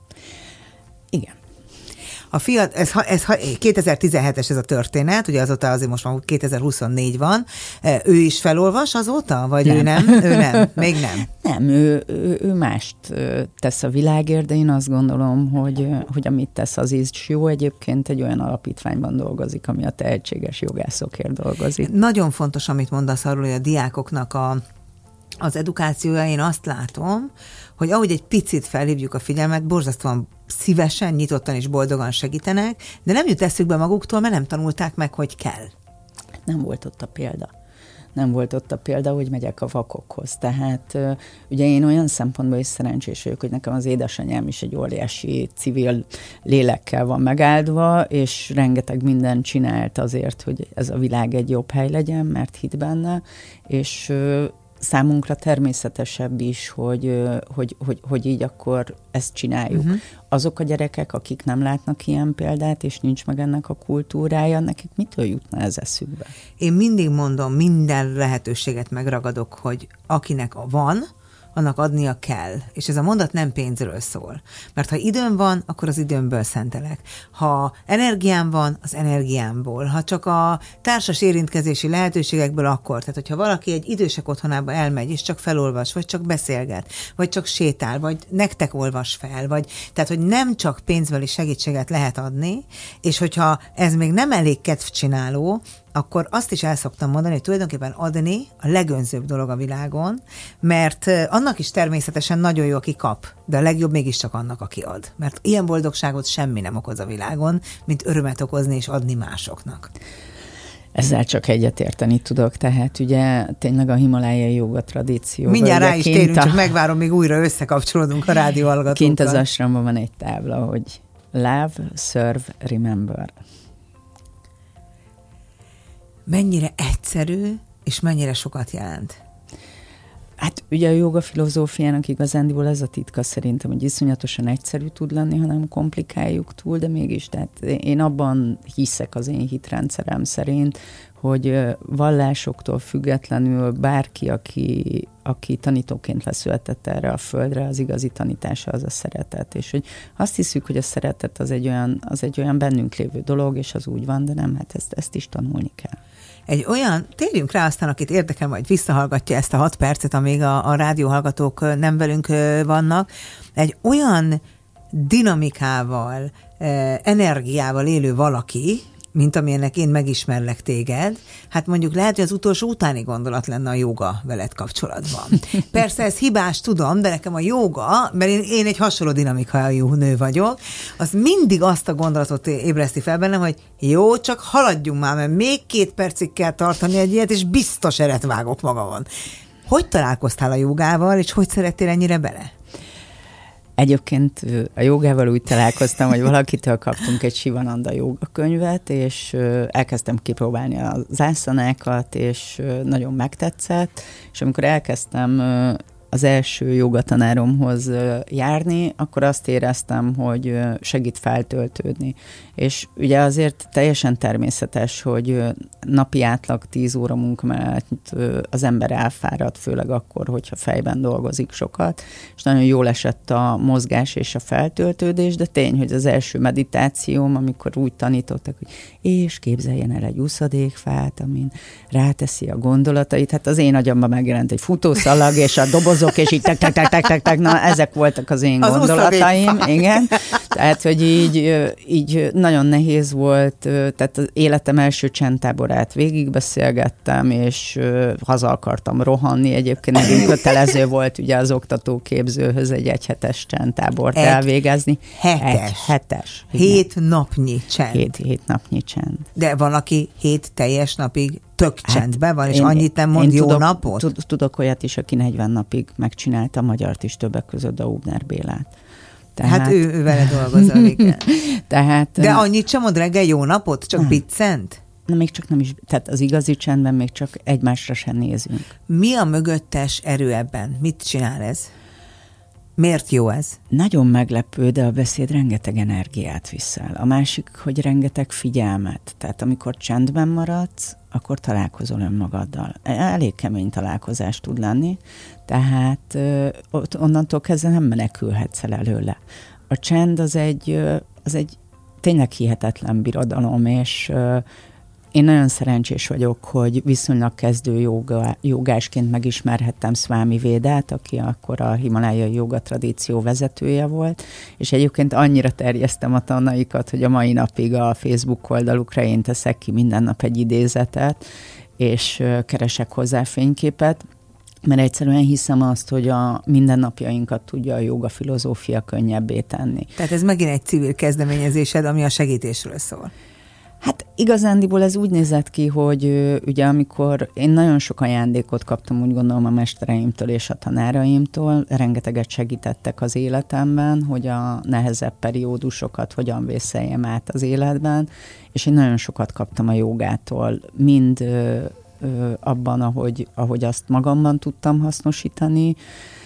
Igen. A fiat, ez 2017-es ez a történet, ugye azóta azért most már 2024 van. Ő is felolvas azóta? Vagy nem. Ő nem? Még nem? Nem, ő mást tesz a világért, de én azt gondolom, hogy amit tesz, az is jó. Egyébként egy olyan alapítványban dolgozik, ami a tehetséges jogászokért dolgozik. Nagyon fontos, amit mondasz arról, hogy a diákoknak az edukációja, én azt látom, hogy ahogy egy picit felhívjuk a figyelmet, borzasztóan szívesen, nyitottan és boldogan segítenek, de nem jut eszükbe maguktól, mert nem tanulták meg, hogy kell. Nem volt ott a példa. Nem volt ott a példa, hogy megyek a vakokhoz. Tehát ugye én olyan szempontból is szerencsés vagyok, hogy nekem az édesanyám is egy óriási civil lélekkel van megáldva, és rengeteg mindent csinált azért, hogy ez a világ egy jobb hely legyen, mert hitt benne, és számunkra természetesebb is, hogy így akkor ezt csináljuk. Azok a gyerekek, akik nem látnak ilyen példát, és nincs meg ennek a kultúrája, nekik mitől jutna ez eszükbe? Én mindig mondom, minden lehetőséget megragadok, hogy akinek van, annak adnia kell. És ez a mondat nem pénzről szól. Mert ha időm van, akkor az időmből szentelek. Ha energiám van, az energiámból. Ha csak a társas érintkezési lehetőségekből, akkor. Tehát, hogyha valaki egy idősek otthonába elmegy, és csak felolvas, vagy csak beszélget, vagy csak sétál, vagy nektek olvas fel, vagy tehát, hogy nem csak pénzbeli segítséget lehet adni, és hogyha ez még nem elég kedvcsináló, akkor azt is el szoktam mondani, hogy tulajdonképpen adni a legönzőbb dolog a világon, mert annak is természetesen nagyon jó, aki kap, de a legjobb mégiscsak annak, aki ad. Mert ilyen boldogságot semmi nem okoz a világon, mint örömet okozni és adni másoknak. Ezzel csak egyetérteni tudok, tehát ugye tényleg a himalájai jóga tradíció. Mindjárt rá is térünk, csak megvárom, még újra összekapcsolódunk a rádió hallgatókkal. Kint az asramban van egy tábla, hogy Love, Serve, Remember. Mennyire egyszerű, és mennyire sokat jelent? Hát ugye a joga filozófiának igazándiból ez a titka szerintem, hogy iszonyatosan egyszerű tud lenni, ha nem komplikáljuk túl, de mégis, tehát én abban hiszek az én hitrendszerem szerint, hogy vallásoktól függetlenül bárki, aki tanítóként leszületett erre a földre, az igazi tanítása az a szeretet. És hogy azt hiszük, hogy a szeretet az egy olyan bennünk lévő dolog, és az úgy van, de nem, hát ezt is tanulni kell. Egy olyan, térjünk rá aztán, akit érdekel, majd visszahallgatja ezt a 6 percet, amíg a rádióhallgatók nem velünk vannak, egy olyan dinamikával, energiával élő valaki, mint amilyennek én megismerlek téged, hát mondjuk lehet, hogy az utolsó utáni gondolat lenne a jóga veled kapcsolatban. Persze ez hibás, tudom, de nekem a jóga, mert én egy hasonló dinamikájú nő vagyok, az mindig azt a gondolatot ébreszti fel bennem, hogy jó, csak haladjunk már, mert még 2 percig kell tartani egy ilyet, és biztos eret vágok magamon. Hogy találkoztál a jógával, és hogy szerettél ennyire bele? Egyébként a jogával úgy találkoztam, hogy valakitől kaptunk egy Sivananda jóga könyvet, és elkezdtem kipróbálni az ászanákat, és nagyon megtetszett, és amikor elkezdtem az első jogatanáromhoz járni, akkor azt éreztem, hogy segít feltöltődni. És ugye azért teljesen természetes, hogy napi átlag 10 óra munka mellett az ember elfárad, főleg akkor, hogyha fejben dolgozik sokat, és nagyon jól esett a mozgás és a feltöltődés, de tény, hogy az első meditációm, amikor úgy tanítottak, hogy és képzeljen el egy úszadékfát, amin ráteszi a gondolatait, hát az én agyamban megjelent egy futószalag, és a dobozok, és így tek, na ezek voltak az én gondolataim, igen. Tehát, hogy így nagyon nehéz volt, tehát az életem első csendtáborát végigbeszélgettem, és haza akartam rohanni. Egyébként nekünk kötelező volt ugye az oktatóképzőhöz egy 1 hetes csendtábort elvégezni. 7 napnyi csend. 7 napnyi csend. De van, aki 7 teljes napig tök csendben van, és annyit nem mond jó napot? Tudok olyat is, aki 40 napig megcsinálta a magyart is, többek között a Hubner Bélát. Hát ő vele dolgozol, igen. De annyit sem mond reggel jó napot? Csak biccent? Na, még csak nem is, tehát az igazi csendben még csak egymásra sem nézünk. Mi a mögöttes erő ebben? Mit csinál ez? Miért jó ez? Nagyon meglepő, de a beszéd rengeteg energiát viszel. A másik, hogy rengeteg figyelmet. Tehát amikor csendben maradsz, akkor találkozol önmagaddal. Elég kemény találkozás tud lenni, tehát onnantól kezdve nem menekülhetsz el előle. A csend az egy tényleg hihetetlen birodalom, és én nagyon szerencsés vagyok, hogy viszonylag kezdő jogásként megismerhettem Swami Védát, aki akkor a himalájai joga tradíció vezetője volt, és egyébként annyira terjesztem a tanaikat, hogy a mai napig a Facebook oldalukra én teszek ki minden nap egy idézetet, és keresek hozzá fényképet, mert egyszerűen hiszem azt, hogy a mindennapjainkat tudja a joga filozófia könnyebbé tenni. Tehát ez megint egy civil kezdeményezésed, ami a segítésről szól. Hát igazándiból ez úgy nézett ki, hogy ugye amikor én nagyon sok ajándékot kaptam, úgy gondolom a mestereimtől és a tanáraimtól, rengeteget segítettek az életemben, hogy a nehezebb periódusokat hogyan vészeljem át az életben, és én nagyon sokat kaptam a jogától, mind abban, ahogy azt magamban tudtam hasznosítani,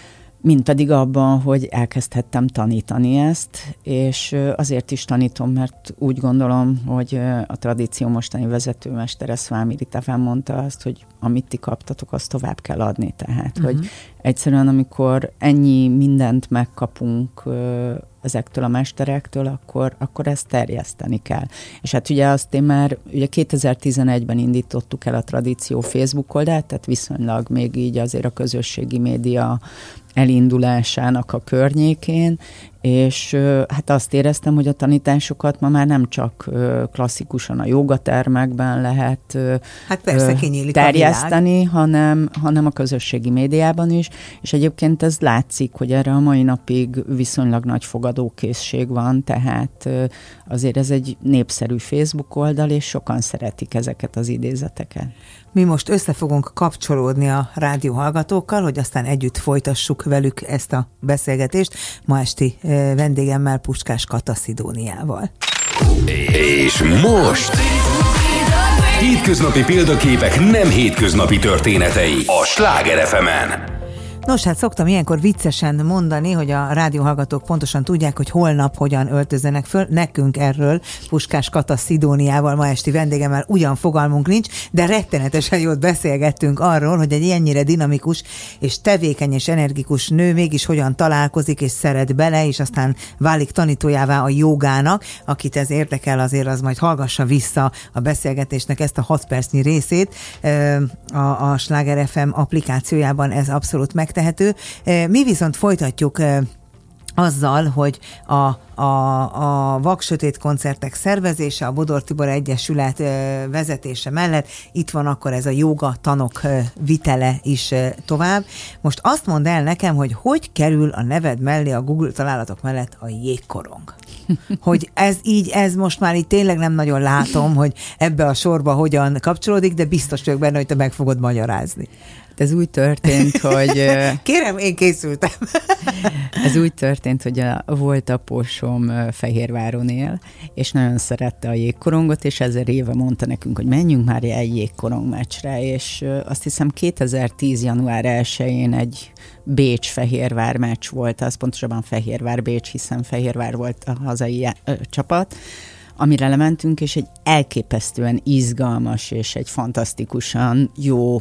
mint pedig abban, hogy elkezdhettem tanítani ezt, és azért is tanítom, mert úgy gondolom, hogy a tradíció mostani vezetőmestere Swami Rita mondta azt, hogy amit ti kaptatok, azt tovább kell adni. Tehát, hogy egyszerűen amikor ennyi mindent megkapunk ezektől a mesterektől, akkor ezt terjeszteni kell. És hát ugye azt én már, ugye 2011-ben indítottuk el a tradíció Facebook oldalt, tehát viszonylag még így azért a közösségi média elindulásának a környékén, és hát azt éreztem, hogy a tanításokat ma már nem csak klasszikusan a jogatermekben lehet hát persze, terjeszteni, hanem a közösségi médiában is, és egyébként ez látszik, hogy erre a mai napig viszonylag nagy fogadókészség van, tehát azért ez egy népszerű Facebook oldal, és sokan szeretik ezeket az idézeteket. Mi most össze fogunk kapcsolódni a rádióhallgatókkal, hogy aztán együtt folytassuk velük ezt a beszélgetést ma esti vendégemmel, Puskás Kata Szidóniával. És most hétköznapi példaképek nem hétköznapi történetei a Sláger FM-en. Nos, hát szoktam ilyenkor viccesen mondani, hogy a rádióhallgatók pontosan tudják, hogy holnap hogyan öltözzenek föl. Nekünk erről Puskás Kata Szidóniával, ma esti vendégemmel ugyan fogalmunk nincs, de rettenetesen jót beszélgettünk arról, hogy egy ennyire dinamikus és tevékeny és energikus nő mégis hogyan találkozik és szeret bele, és aztán válik tanítójává a jogának. Akit ez érdekel, az majd hallgassa vissza a beszélgetésnek ezt a 6 percnyi részét. A Sláger FM applikációjában ez abszolút megtehető. Mi viszont folytatjuk azzal, hogy a Vaksötét koncertek szervezése, a Bodor Tibor Egyesület vezetése mellett itt van akkor ez a jóga tanok vitele is tovább. Most azt mondd el nekem, hogy kerül a neved mellé, a Google találatok mellett a jégkorong. Hogy ez most már így tényleg nem nagyon látom, hogy ebbe a sorba hogyan kapcsolódik, de biztos vagyok benne, hogy te meg fogod magyarázni. Ez úgy történt, hogy... Kérem, én készültem. Ez úgy történt, hogy volt apósom Fehérváron él, és nagyon szerette a jégkorongot, és 1000 éve mondta nekünk, hogy menjünk már egy jégkorongmeccsre, és azt hiszem 2010. január 1-én egy Bécs-Fehérvár meccs volt, az pontosabban Fehérvár-Bécs, hiszen Fehérvár volt a hazai csapat, amire lementünk, és egy elképesztően izgalmas és egy fantasztikusan jó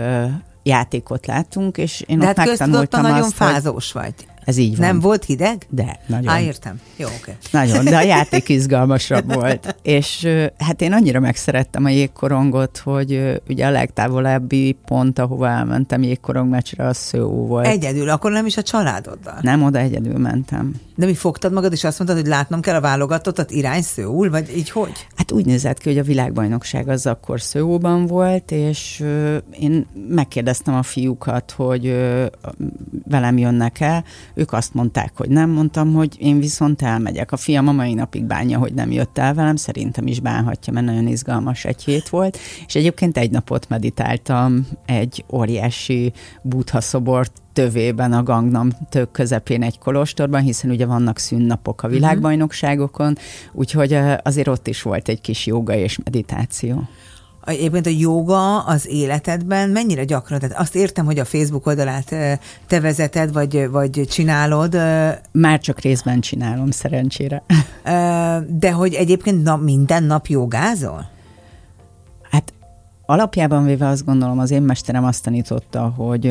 játékot láttunk, és én de ott hát megtanultam nagyon fázós vagy. Ez így van. Nem volt hideg? De, nagyon. Értem. Jó, oké. Nagyon, de a játék izgalmasabb volt. És hát én annyira megszerettem a jégkorongot, hogy ugye a legtávolabbi pont, ahova elmentem jégkorongmeccsre, az Szőó volt. Egyedül? Akkor nem is a családoddal? Nem, oda egyedül mentem. De mi fogtad magad, és azt mondtad, hogy látnom kell a válogatottat irány Szőul, vagy így hogy? Hát úgy nézett ki, hogy a világbajnokság az akkor Szőóban volt, és én megkérdeztem a fiúkat, hogy velem jönnek-e. Ők azt mondták, hogy nem, mondtam, hogy én viszont elmegyek. A fiam a mai napig bánja, hogy nem jött el velem, szerintem is bánhatja, mert nagyon izgalmas egy hét volt, és egyébként egy napot meditáltam egy óriási Buddha szobor tövében a Gangnam tök közepén egy kolostorban, hiszen ugye vannak szünnapok a világbajnokságokon, úgyhogy azért ott is volt egy kis jóga és meditáció. Egyébként a jóga az életedben mennyire gyakran? Tehát azt értem, hogy a Facebook oldalát te vezeted, vagy csinálod. Már csak részben csinálom, szerencsére. De hogy egyébként minden nap jogázol? Hát alapjában véve azt gondolom, az én mesterem azt tanította,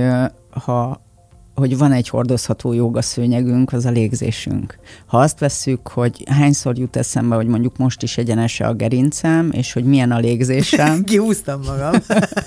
hogy van egy hordozható jogaszőnyegünk, az a légzésünk. Ha azt vesszük, hogy hányszor jut eszembe, hogy mondjuk most is egyenes a gerincem, és hogy milyen a légzésem. Kihúztam magam.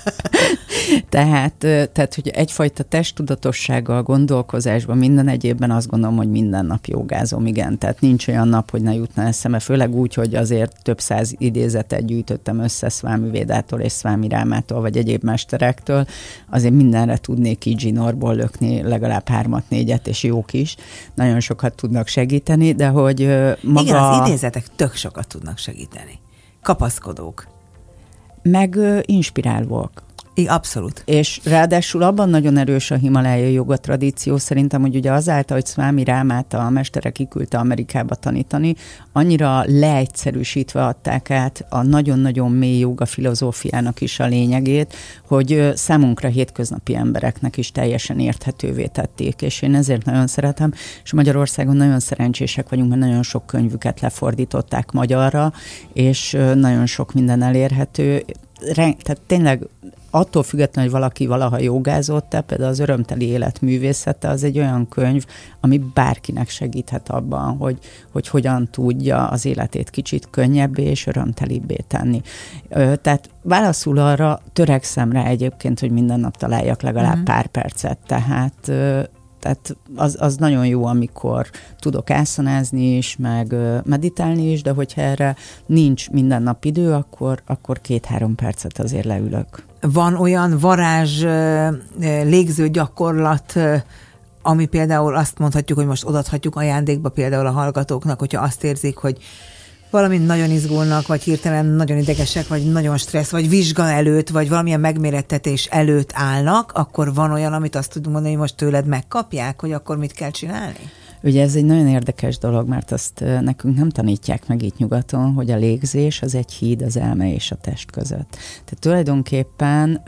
Tehát, hogy egyfajta testtudatossággal, gondolkozásban, minden egyébben azt gondolom, hogy minden nap jogázom, igen. Tehát nincs olyan nap, hogy ne jutna eszembe, főleg úgy, hogy azért több 100 idézetet gyűjtöttem össze Swami Védától és Swami Rámától, vagy egyéb mesterektől. Azért mindenre tudnék így zsinórból lökni legalább 3-4, és jók is. Nagyon sokat tudnak segíteni, de hogy maga... Igen, az idézetek tök sokat tudnak segíteni. Kapaszkodók. Meg inspirálók. Abszolút. És ráadásul abban nagyon erős a himalájai joga tradíció szerintem, hogy ugye azáltal, hogy Swami Rámát a mestere kiküldte Amerikába tanítani, annyira leegyszerűsítve adták át a nagyon-nagyon mély joga filozófiának is a lényegét, hogy számunkra hétköznapi embereknek is teljesen érthetővé tették, és én ezért nagyon szeretem, és Magyarországon nagyon szerencsések vagyunk, mert nagyon sok könyvüket lefordították magyarra, és nagyon sok minden elérhető. Tehát tényleg attól függetlenül, hogy valaki valaha jogázott, például az Örömteli élet művészete, az egy olyan könyv, ami bárkinek segíthet abban, hogy hogyan tudja az életét kicsit könnyebbé és örömtelibbé tenni. Tehát válaszul arra törekszem rá egyébként, hogy minden nap találjak legalább pár percet, tehát az nagyon jó, amikor tudok ászanázni is, meg meditálni is, de hogyha erre nincs minden nap idő, akkor 2-3 percet azért leülök. Van olyan varázs légző gyakorlat, ami például azt mondhatjuk, hogy most odaadhatjuk ajándékba például a hallgatóknak, hogyha azt érzik, hogy valamint nagyon izgulnak, vagy hirtelen nagyon idegesek, vagy nagyon stressz, vagy vizsga előtt, vagy valamilyen megmérettetés előtt állnak, akkor van olyan, amit azt tudunk mondani, hogy most tőled megkapják, hogy akkor mit kell csinálni? Ugye ez egy nagyon érdekes dolog, mert azt nekünk nem tanítják meg itt nyugaton, hogy a légzés az egy híd az elme és a test között. Tehát tulajdonképpen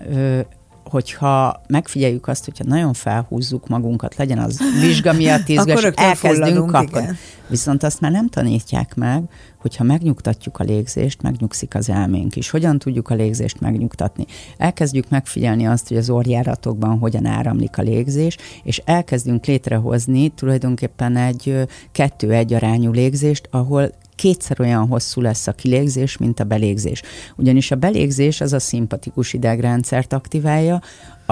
hogyha megfigyeljük azt, hogyha nagyon felhúzzuk magunkat, legyen az vizsga miatt izgas, elkezdünk kapni. Viszont azt már nem tanítják meg, hogyha megnyugtatjuk a légzést, megnyugszik az elménk is. Hogyan tudjuk a légzést megnyugtatni? Elkezdjük megfigyelni azt, hogy az orrjáratokban hogyan áramlik a légzés, és elkezdünk létrehozni tulajdonképpen egy 2-1 arányú légzést, ahol 2-szer olyan hosszú lesz a kilégzés, mint a belégzés. Ugyanis a belégzés az a szimpatikus idegrendszert aktiválja,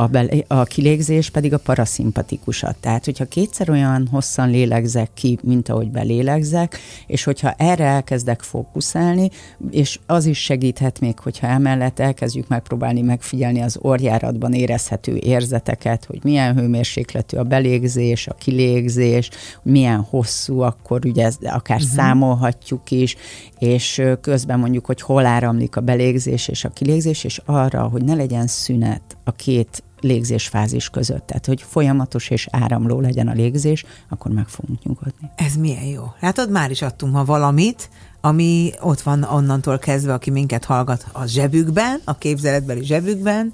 a kilégzés pedig a paraszimpatikusat. Tehát, hogyha 2-szer olyan hosszan lélegzek ki, mint ahogy belélegzek, és hogyha erre elkezdek fókuszálni, és az is segíthet még, hogyha emellett elkezdjük megpróbálni megfigyelni az orrjáratban érezhető érzeteket, hogy milyen hőmérsékletű a belégzés, a kilégzés, milyen hosszú, akkor ugye ezt akár számolhatjuk is, és közben mondjuk, hogy hol áramlik a belégzés és a kilégzés, és arra, hogy ne legyen szünet a két légzésfázis között. Tehát, hogy folyamatos és áramló legyen a légzés, akkor meg fogunk nyugodni. Ez milyen jó. Látod, már is adtunk ma valamit, ami ott van onnantól kezdve, aki minket hallgat a zsebükben, a képzeletbeli zsebükben.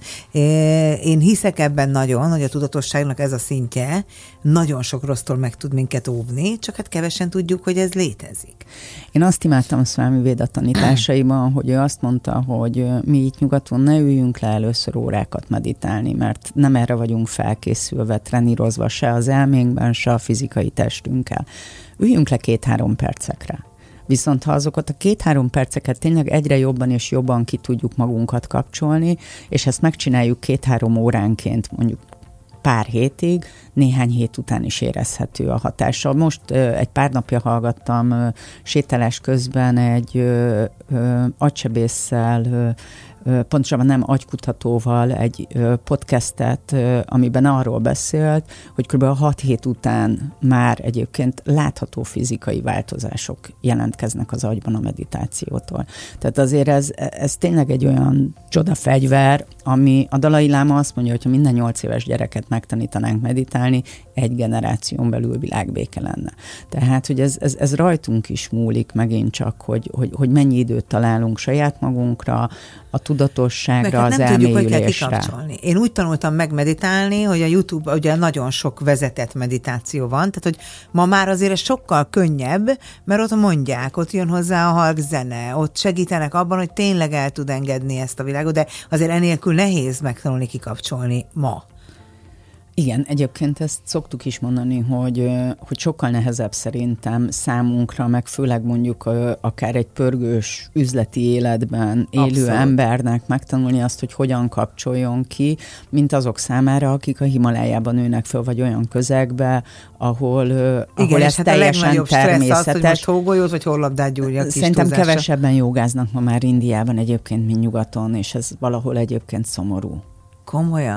Én hiszek ebben nagyon, hogy a tudatosságnak ez a szintje nagyon sok rossztól meg tud minket óvni, csak hát kevesen tudjuk, hogy ez létezik. Én azt imádtam a Swami Veda tanításaiban, hogy ő azt mondta, hogy mi itt nyugaton ne üljünk le először órákat meditálni, mert nem erre vagyunk felkészülve, trenírozva se az elménkben, se a fizikai testünkkel. Üljünk le 2-3 percekre. Viszont ha azokat a 2-3 perceket tényleg egyre jobban és jobban ki tudjuk magunkat kapcsolni, és ezt megcsináljuk 2-3 óránként, mondjuk pár hétig, néhány hét után is érezhető a hatása. Most egy pár napja hallgattam sétálás közben egy agysebésszel, pontosabban nem agykutatóval egy podcastet, amiben arról beszélt, hogy kb. 6 hét után már egyébként látható fizikai változások jelentkeznek az agyban a meditációtól. Tehát azért ez tényleg egy olyan csodafegyver, ami a Dalai Láma azt mondja, hogy ha minden 8 éves gyereket megtanítanánk meditálni, egy generáción belül világbéke lenne. Tehát, hogy ez rajtunk is múlik megint csak, hogy mennyi időt találunk saját magunkra, a tudatosságra, az elmélyülésre. Én úgy tanultam meg meditálni, hogy a YouTube ugye nagyon sok vezetett meditáció van, tehát hogy ma már azért ez sokkal könnyebb, mert ott mondják, ott jön hozzá a halk zene, ott segítenek abban, hogy tényleg el tud engedni ezt a világot, de azért enélkül nehéz megtanulni kikapcsolni ma. Igen, egyébként ezt szoktuk is mondani, hogy sokkal nehezebb szerintem számunkra, meg főleg mondjuk akár egy pörgős üzleti életben élő Abszolút. Embernek megtanulni azt, hogy hogyan kapcsoljon ki, mint azok számára, akik a Himalájában nőnek föl, vagy olyan közegbe, ahol ez hát teljesen természetes. Az, hogy most hógolyót, vagy hollabdát gyúrjak kis Szerintem túlzásra. kevesebben jogáznak ma már Indiában egyébként, mint nyugaton, és ez valahol egyébként szomorú. Komolyan?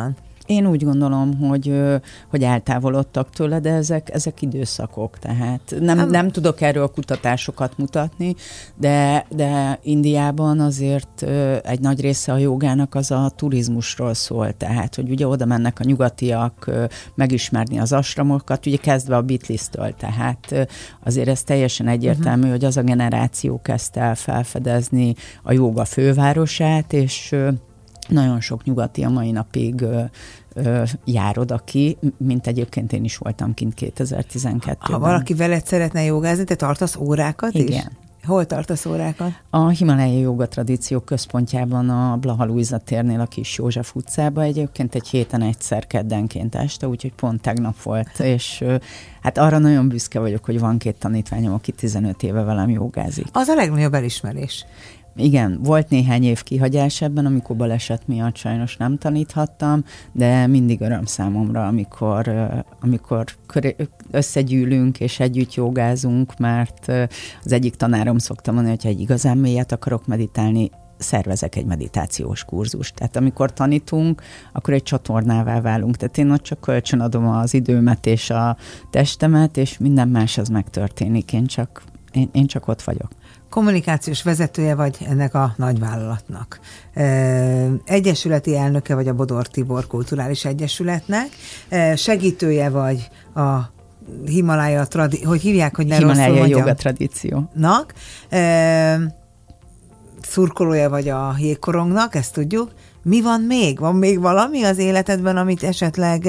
Én úgy gondolom, hogy eltávolodtak tőle, de ezek időszakok, tehát nem tudok erről kutatásokat mutatni, de Indiában azért egy nagy része a jogának az a turizmusról szól, tehát, hogy ugye oda mennek a nyugatiak megismerni az ashramokat, ugye kezdve a Beatles-től, tehát azért ez teljesen egyértelmű, hogy az a generáció kezdte el felfedezni a jóga fővárosát, és nagyon sok nyugati a mai napig jár oda ki, mint egyébként én is voltam kint 2012-ben. Ha valaki veled szeretne jogázni, te tartasz órákat is? Igen. Hol tartasz órákat? A Himalája Jóga Tradíciók Központjában, a Blaha Lujza térnél, a Kis József utcában, egyébként egy héten egyszer keddenként este, úgyhogy pont tegnap volt, és hát arra nagyon büszke vagyok, hogy van 2 tanítványom, aki 15 éve velem jogázik. Az a legnagyobb elismerés. Igen, volt néhány év kihagyás ebben, amikor baleset miatt sajnos nem taníthattam, de mindig öröm számomra, amikor összegyűlünk és együtt jogázunk, mert az egyik tanárom szokta mondani, hogy ha egy igazán mélyet akarok meditálni, szervezek egy meditációs kurzust. Tehát amikor tanítunk, akkor egy csatornává válunk. Tehát én ott csak kölcsönadom az időmet és a testemet, és minden más az megtörténik. Én csak ott vagyok. Kommunikációs vezetője vagy ennek a nagyvállalatnak. Egyesületi elnöke vagy a Bodor Tibor Kulturális Egyesületnek. Segítője vagy a Himalája, hogy hívják, hogy ne rosszul mondjam? Himalája Jóga Tradíciónak. Szurkolója vagy a jégkorongnak, ezt tudjuk. Mi van még? Van még valami az életedben, amit esetleg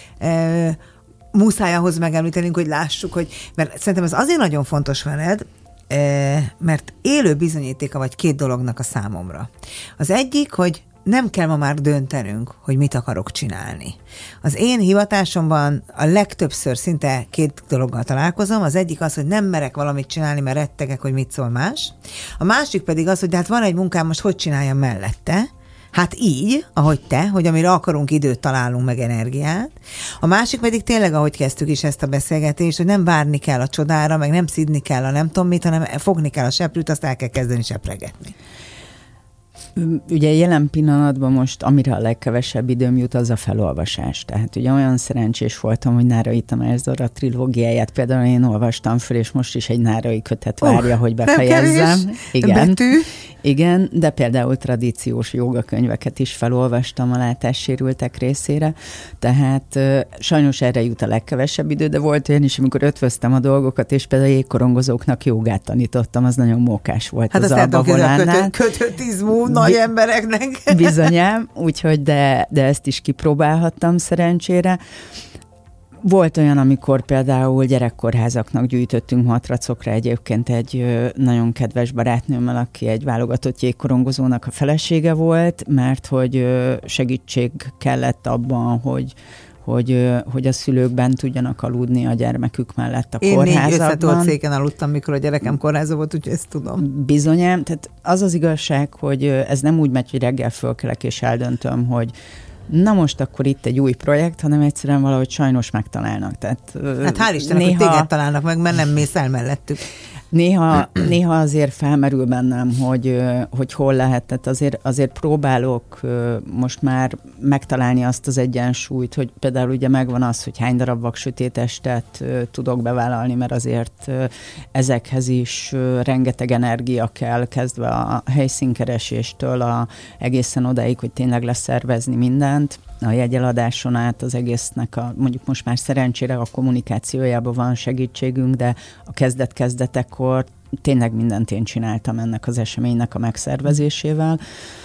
muszáj ahhoz megemlítenünk, hogy lássuk, mert szerintem ez azért nagyon fontos veled, mert élő bizonyítéka vagy 2 dolognak a számomra. Az egyik, hogy nem kell ma már döntenünk, hogy mit akarok csinálni. Az én hivatásomban a legtöbbször szinte 2 dologgal találkozom. Az egyik az, hogy nem merek valamit csinálni, mert rettegek, hogy mit szól más. A másik pedig az, hogy de hát van egy munkám, most hogy csináljam mellette? Hát így, ahogy te, hogy amire akarunk időt, találunk meg energiát. A másik pedig tényleg, ahogy kezdtük is ezt a beszélgetést, hogy nem várni kell a csodára, meg nem szidni kell a nem tudom mit, hanem fogni kell a seprűt, azt el kell kezdeni sepregetni. Ugye jelen pillanatban most, amire a legkevesebb időm jut, az a felolvasás. Tehát ugye olyan szerencsés voltam, hogy Nárai Tamás Zora trilógiáját például én olvastam föl, és most is egy nárai kötet várja, hogy befejezzem. Igen. Igen, de például tradíciós jogakönyveket is felolvastam a látássérültek részére, tehát sajnos erre jut a legkevesebb idő, de volt olyan is, amikor ötvöztem a dolgokat, és például jégkorongozóknak jogát tanítottam, az nagyon mókás volt hát az Alba Volánál. Kötőtizmú nagy embereknek. Bizonyám, úgyhogy de ezt is kipróbálhattam szerencsére. Volt olyan, amikor például gyerekkorházaknak gyűjtöttünk matracokra egyébként egy nagyon kedves barátnőmmel, aki egy válogatott jégkorongozónak a felesége volt, mert hogy segítség kellett abban, hogy a szülők bent tudjanak aludni a gyermekük mellett a kórházakban. Én 4 összetolt széken aludtam, mikor a gyerekem kórházban volt, úgyhogy ezt tudom. Bizonyám, tehát az igazság, hogy ez nem úgy megy, hogy reggel fölkelek és eldöntöm, hogy na most akkor itt egy új projekt, hanem egyszerűen valahogy sajnos megtalálnak. Tehát, hát hál' Istennek, hogy téged találnak meg, mert nem mész el mellettük. Néha azért felmerül bennem, hogy hol lehet. Tehát azért próbálok most már megtalálni azt az egyensúlyt, hogy például ugye megvan az, hogy hány darab vaksötétestet tudok bevállalni, mert azért ezekhez is rengeteg energia kell, kezdve a helyszínkereséstől egészen odáig, hogy tényleg leszervezni mindent. A jegyeladáson át az egésznek mondjuk most már szerencsére a kommunikációjában van segítségünk, de a kezdet-kezdetekor tényleg mindent én csináltam ennek az eseménynek a megszervezésével.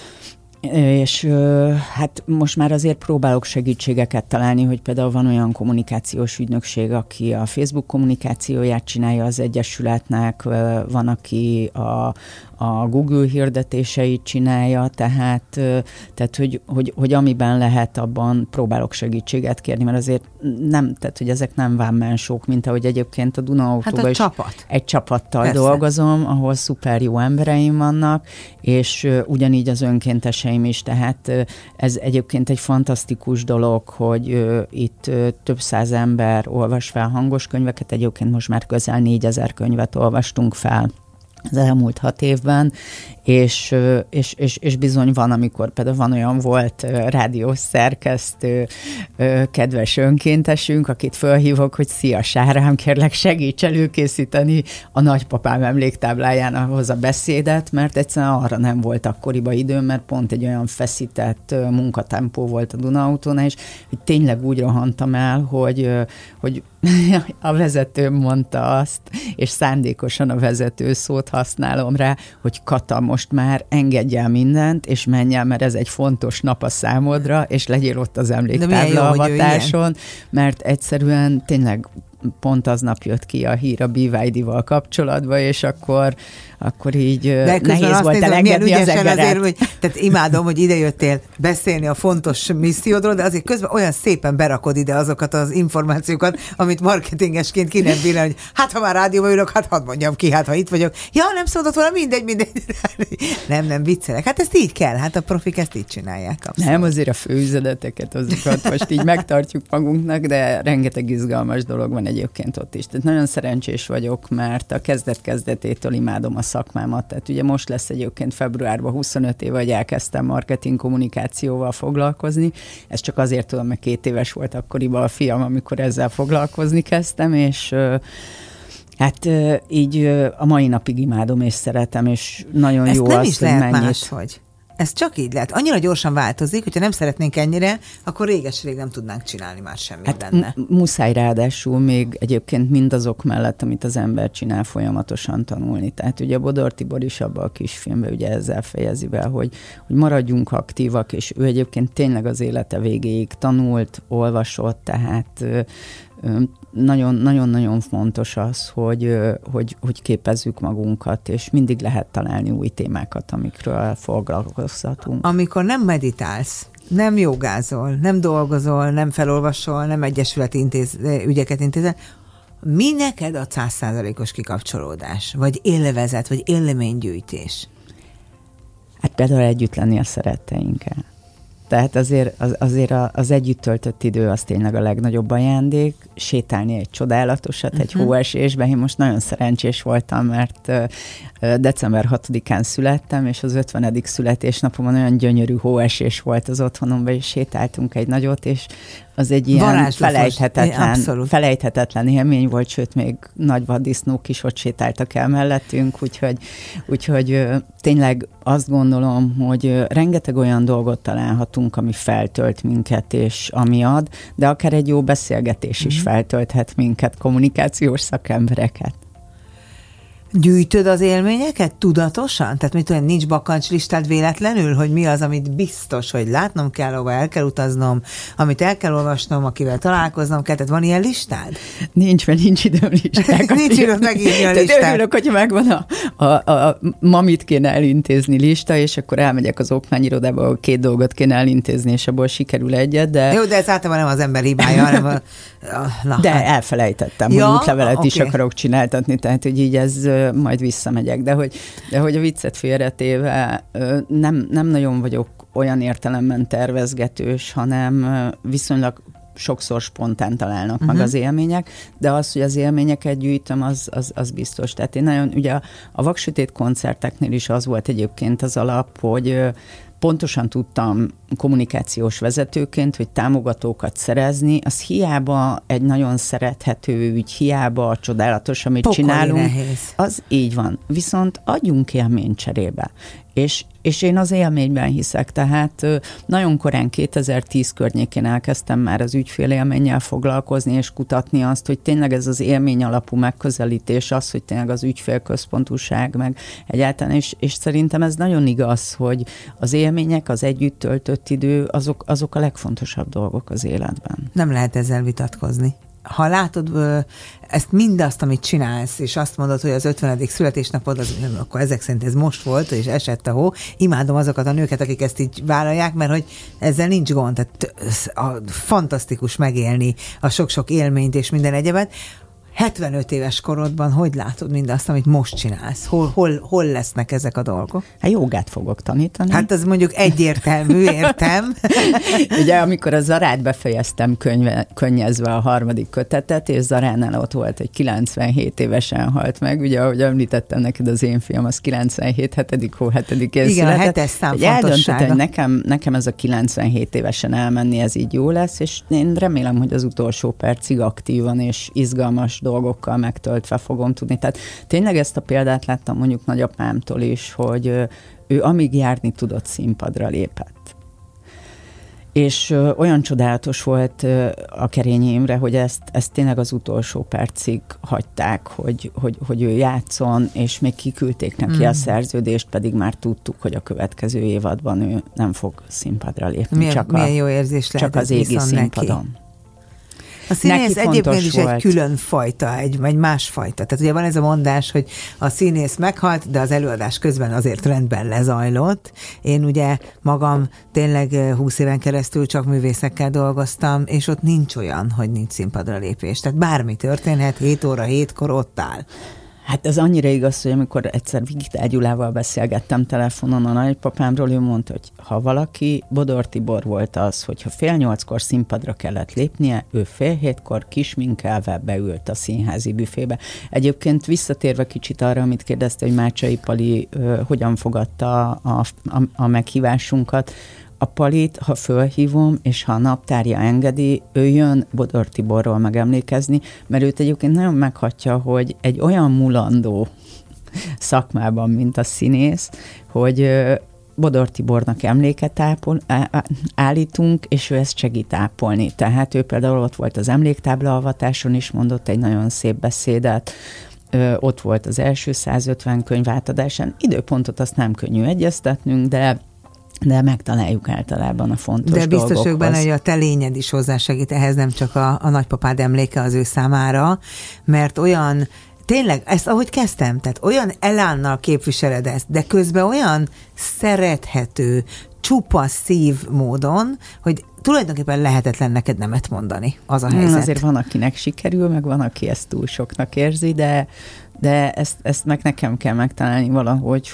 És hát most már azért próbálok segítségeket találni, hogy például van olyan kommunikációs ügynökség, aki a Facebook kommunikációját csinálja az Egyesületnek, van, aki a Google hirdetéseit csinálja, tehát hogy amiben lehet, abban próbálok segítséget kérni, mert azért nem, tehát hogy ezek nem vámmensók, mint ahogy egyébként a Duna Autóban is egy csapattal Persze. dolgozom, ahol szuper jó embereim vannak, és ugyanígy az önkénteseim is, tehát ez egyébként egy fantasztikus dolog, hogy itt több száz ember olvas fel hangos könyveket, egyébként most már közel 4000 könyvet olvastunk fel az elmúlt 6 évben, és bizony van, amikor például van olyan volt rádiós szerkesztő, kedves önkéntesünk, akit fölhívok, hogy szia Sárám, kérlek segíts előkészíteni a nagypapám emléktábláján ahhoz a beszédet, mert egyszerűen arra nem volt akkoriban időm, mert pont egy olyan feszített munkatempó volt a Dunaúton, és hogy tényleg úgy rohantam el, hogy a vezetőm mondta azt, és szándékosan a vezető szót használom rá, hogy Kata, most már engedj el mindent, és menj el, mert ez egy fontos nap a számodra, és legyél ott az emléktábla avatáson, mert egyszerűen tényleg pont aznap jött ki a hír a BYD-val kapcsolatban, és akkor így nehéz volt elengedni az egeret. Azért, hogy, tehát imádom, hogy idejöttél beszélni a fontos missziódról, de azért közben olyan szépen berakod ide azokat az információkat, amit marketingesként ki nem bírja, hogy hát ha már rádióban ülök, hát hadd mondjam ki, hát ha itt vagyok. Ja, nem szólt volna, mindegy. Nem, viccelek. Hát ezt így kell, hát a profik ezt így csinálják. Abszolút. Nem, azért a főüzeneteket, azokat most így megtartjuk magunknak, de rengeteg izgalmas dolog van egyébként ott is. Tehát nagyon szerencsés vagyok, mert a kezdet-kezdetétől imádom a szakmámat. Tehát ugye most lesz egyébként februárban 25 éve, hogy elkezdtem marketing kommunikációval foglalkozni. Ez csak azért tudom, mert 2 éves volt akkoriban a fiam, amikor ezzel foglalkozni kezdtem, és hát így a mai napig imádom és szeretem, és nagyon jó az, hogy mennyit. Máshogy. Ez csak így lehet. Annyira gyorsan változik, hogyha nem szeretnénk ennyire, akkor réges-rég nem tudnánk csinálni már semmit benne. Muszáj ráadásul még egyébként mindazok mellett, amit az ember csinál, folyamatosan tanulni. Tehát ugye Bodor Tibor is abban a kisfilmben ugye ezzel fejezi be, hogy maradjunk aktívak, és ő egyébként tényleg az élete végéig tanult, olvasott, tehát nagyon-nagyon fontos az, hogy képezzük magunkat, és mindig lehet találni új témákat, amikről foglalkozhatunk. Amikor nem meditálsz, nem jogázol, nem dolgozol, nem felolvasol, nem egyesületi ügyeket intézel, mi neked a 100%-os kikapcsolódás, vagy élvezet, vagy élménygyűjtés? Hát például együtt lenni a szeretteinkkel. Tehát azért az együtt töltött idő az tényleg a legnagyobb ajándék. Sétálni egy csodálatosat, egy hóesésben. Én most nagyon szerencsés voltam, mert december 6-án születtem, és az 50. születésnapomon olyan gyönyörű hóesés volt az otthonomban, és sétáltunk egy nagyot, és az egy ilyen felejthetetlen élmény volt, sőt, még nagy vaddisznók is ott sétáltak el mellettünk, úgyhogy tényleg azt gondolom, hogy rengeteg olyan dolgot találhatunk, ami feltölt minket, és ami ad, de akár egy jó beszélgetés is feltölthet minket, kommunikációs szakembereket. Gyűjtöd az élményeket tudatosan? Tehát mit tudom, nincs bakancslistád véletlenül, hogy mi az, amit biztos, hogy látnom kell, ahova el kell utaznom, amit el kell olvasnom, akivel találkoznom kell, tehát van ilyen listád? Nincs, mert nincs időm listákat. Nincs időm megírni a listát. Tehát örülök, hogyha megvan a ma mit kéne elintézni lista, és akkor elmegyek az okmányirodába, ahol 2 dolgot kéne elintézni, és abból sikerül egyet, de... Jó, de ez általában nem az ember hibája, hanem de elfelejtettem, hogy útlevelet is akarok csináltatni, tehát hogy így ez majd visszamegyek, de hogy a viccet félretéve nem nagyon vagyok olyan értelemben tervezgetős, hanem viszonylag sokszor spontán találnak meg az élmények, de az, hogy az élményeket gyűjtöm, az biztos. Tehát én nagyon, ugye a Vaksötét koncerteknél is az volt egyébként az alap, hogy pontosan tudtam kommunikációs vezetőként, hogy támogatókat szerezni, az hiába egy nagyon szerethető ügy, hiába csodálatos, amit pokoli csinálunk. Nehéz. Az így van. Viszont adjunk élményt cserébe. És én az élményben hiszek, tehát nagyon korán 2010 környékén elkezdtem már az ügyfélélménnyel foglalkozni, és kutatni azt, hogy tényleg ez az élmény alapú megközelítés, az, hogy tényleg az ügyfélközpontúság, meg egyáltalán, és szerintem ez nagyon igaz, hogy az élmények, az együtt töltött idő, azok a legfontosabb dolgok az életben. Nem lehet ezzel vitatkozni. Ha látod ezt mindazt, amit csinálsz, és azt mondod, hogy az 50. születésnapod, akkor ezek szerint ez most volt, és esett a hó. Imádom azokat a nőket, akik ezt így vállalják, mert hogy ezzel nincs gond. Tehát fantasztikus megélni a sok-sok élményt és minden egyebet. 75 éves korodban hogy látod mindazt, amit most csinálsz? Hol lesznek ezek a dolgok? Hát jogát fogok tanítani. Hát ez mondjuk egyértelmű, értem. Ugye, amikor a Zarát befejeztem könnyezve a 3. kötetet, és Zaránál ott volt, hogy 97 évesen halt meg. Ugye, ahogy említettem neked, az én fiam, az 97. 7. hó 7-én igen, a 7-es szám fontossága. Hogy nekem ez a 97 évesen elmenni, ez így jó lesz, és én remélem, hogy az utolsó percig aktívan és izgalmas dolgokkal megtöltve fogom tudni. Tehát tényleg ezt a példát láttam mondjuk nagyapámtól is, hogy ő amíg járni tudott, színpadra lépett. És olyan csodálatos volt a Kerényi Imre, hogy ezt tényleg az utolsó percig hagyták, hogy ő játszon, és még kiküldték neki a szerződést, pedig már tudtuk, hogy a következő évadban ő nem fog színpadra lépni. Milyen jó érzés lehet csak az égi színpadon. Neki. A színész egyébként is egy külön fajta, egy másfajta. Tehát ugye van ez a mondás, hogy a színész meghalt, de az előadás közben azért rendben lezajlott. Én ugye magam tényleg 20 éven keresztül csak művészekkel dolgoztam, és ott nincs olyan, hogy nincs színpadra lépés. Tehát bármi történhet, 7 óra 7-kor ott áll. Hát ez annyira igaz, hogy amikor egyszer Vigitál Gyulával beszélgettem telefonon a nagypapámról, ő mondta, hogy ha valaki, Bodor Tibor volt az, hogyha 7:30-kor színpadra kellett lépnie, ő 6:30 kisminkelve beült a színházi büfébe. Egyébként visszatérve kicsit arra, amit kérdezte, hogy Mácsai Pali hogyan fogadta a meghívásunkat, a Palit, ha fölhívom, és ha a naptárja engedi, ő jön Bodor Tiborról megemlékezni, mert őt egyébként nagyon meghatja, hogy egy olyan mulandó szakmában, mint a színész, hogy Bodor Tibornak emléket állítunk, és ő ezt segít ápolni. Tehát ő például ott volt az emléktáblaavatáson is, mondott egy nagyon szép beszédet, ott volt az első 150 könyv átadásán. Időpontot azt nem könnyű egyeztetnünk, de megtaláljuk általában a fontos dolgokhoz. De biztos vagyok benne, hogy a te lényed is hozzásegít ehhez, nem csak a nagypapád emléke az ő számára, mert olyan, tényleg, ezt ahogy kezdtem, tehát olyan elánnal képviseled ezt, de közben olyan szerethető, csupa szív módon, hogy tulajdonképpen lehetetlen neked nemet mondani, az a helyzet. Azért van, akinek sikerül, meg van, aki ezt túl soknak érzi, de ezt meg nekem kell megtalálni valahogy,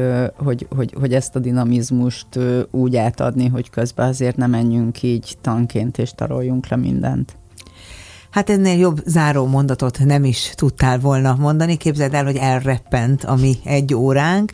hogy ezt a dinamizmust úgy átadni, hogy közben azért nem menjünk így tanként és taroljunk le mindent. Hát ennél jobb záró mondatot nem is tudtál volna mondani. Képzeld el, hogy elreppent a mi 1 óránk.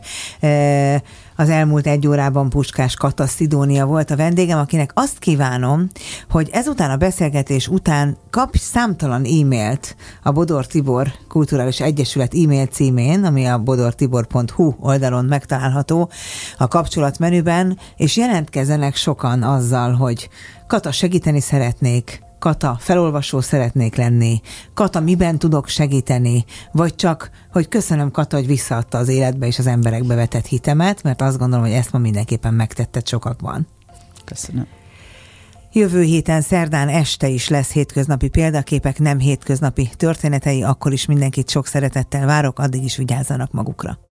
Az elmúlt 1 órában Puskás Kata Szidónia volt a vendégem, akinek azt kívánom, hogy ezután a beszélgetés után kapj számtalan e-mailt a Bodor Tibor Kulturális Egyesület e-mail címén, ami a bodortibor.hu oldalon megtalálható a kapcsolatmenüben, és jelentkezzenek sokan azzal, hogy Kata, segíteni szeretnék, Kata, felolvasó szeretnék lenni, Kata, miben tudok segíteni, vagy csak, hogy köszönöm, Kata, hogy visszaadta az életbe és az emberekbe vetett hitemet, mert azt gondolom, hogy ezt ma mindenképpen megtetted sokakban. Köszönöm. Jövő héten szerdán este is lesz hétköznapi példaképek, nem hétköznapi történetei, akkor is mindenkit sok szeretettel várok, addig is vigyázzanak magukra.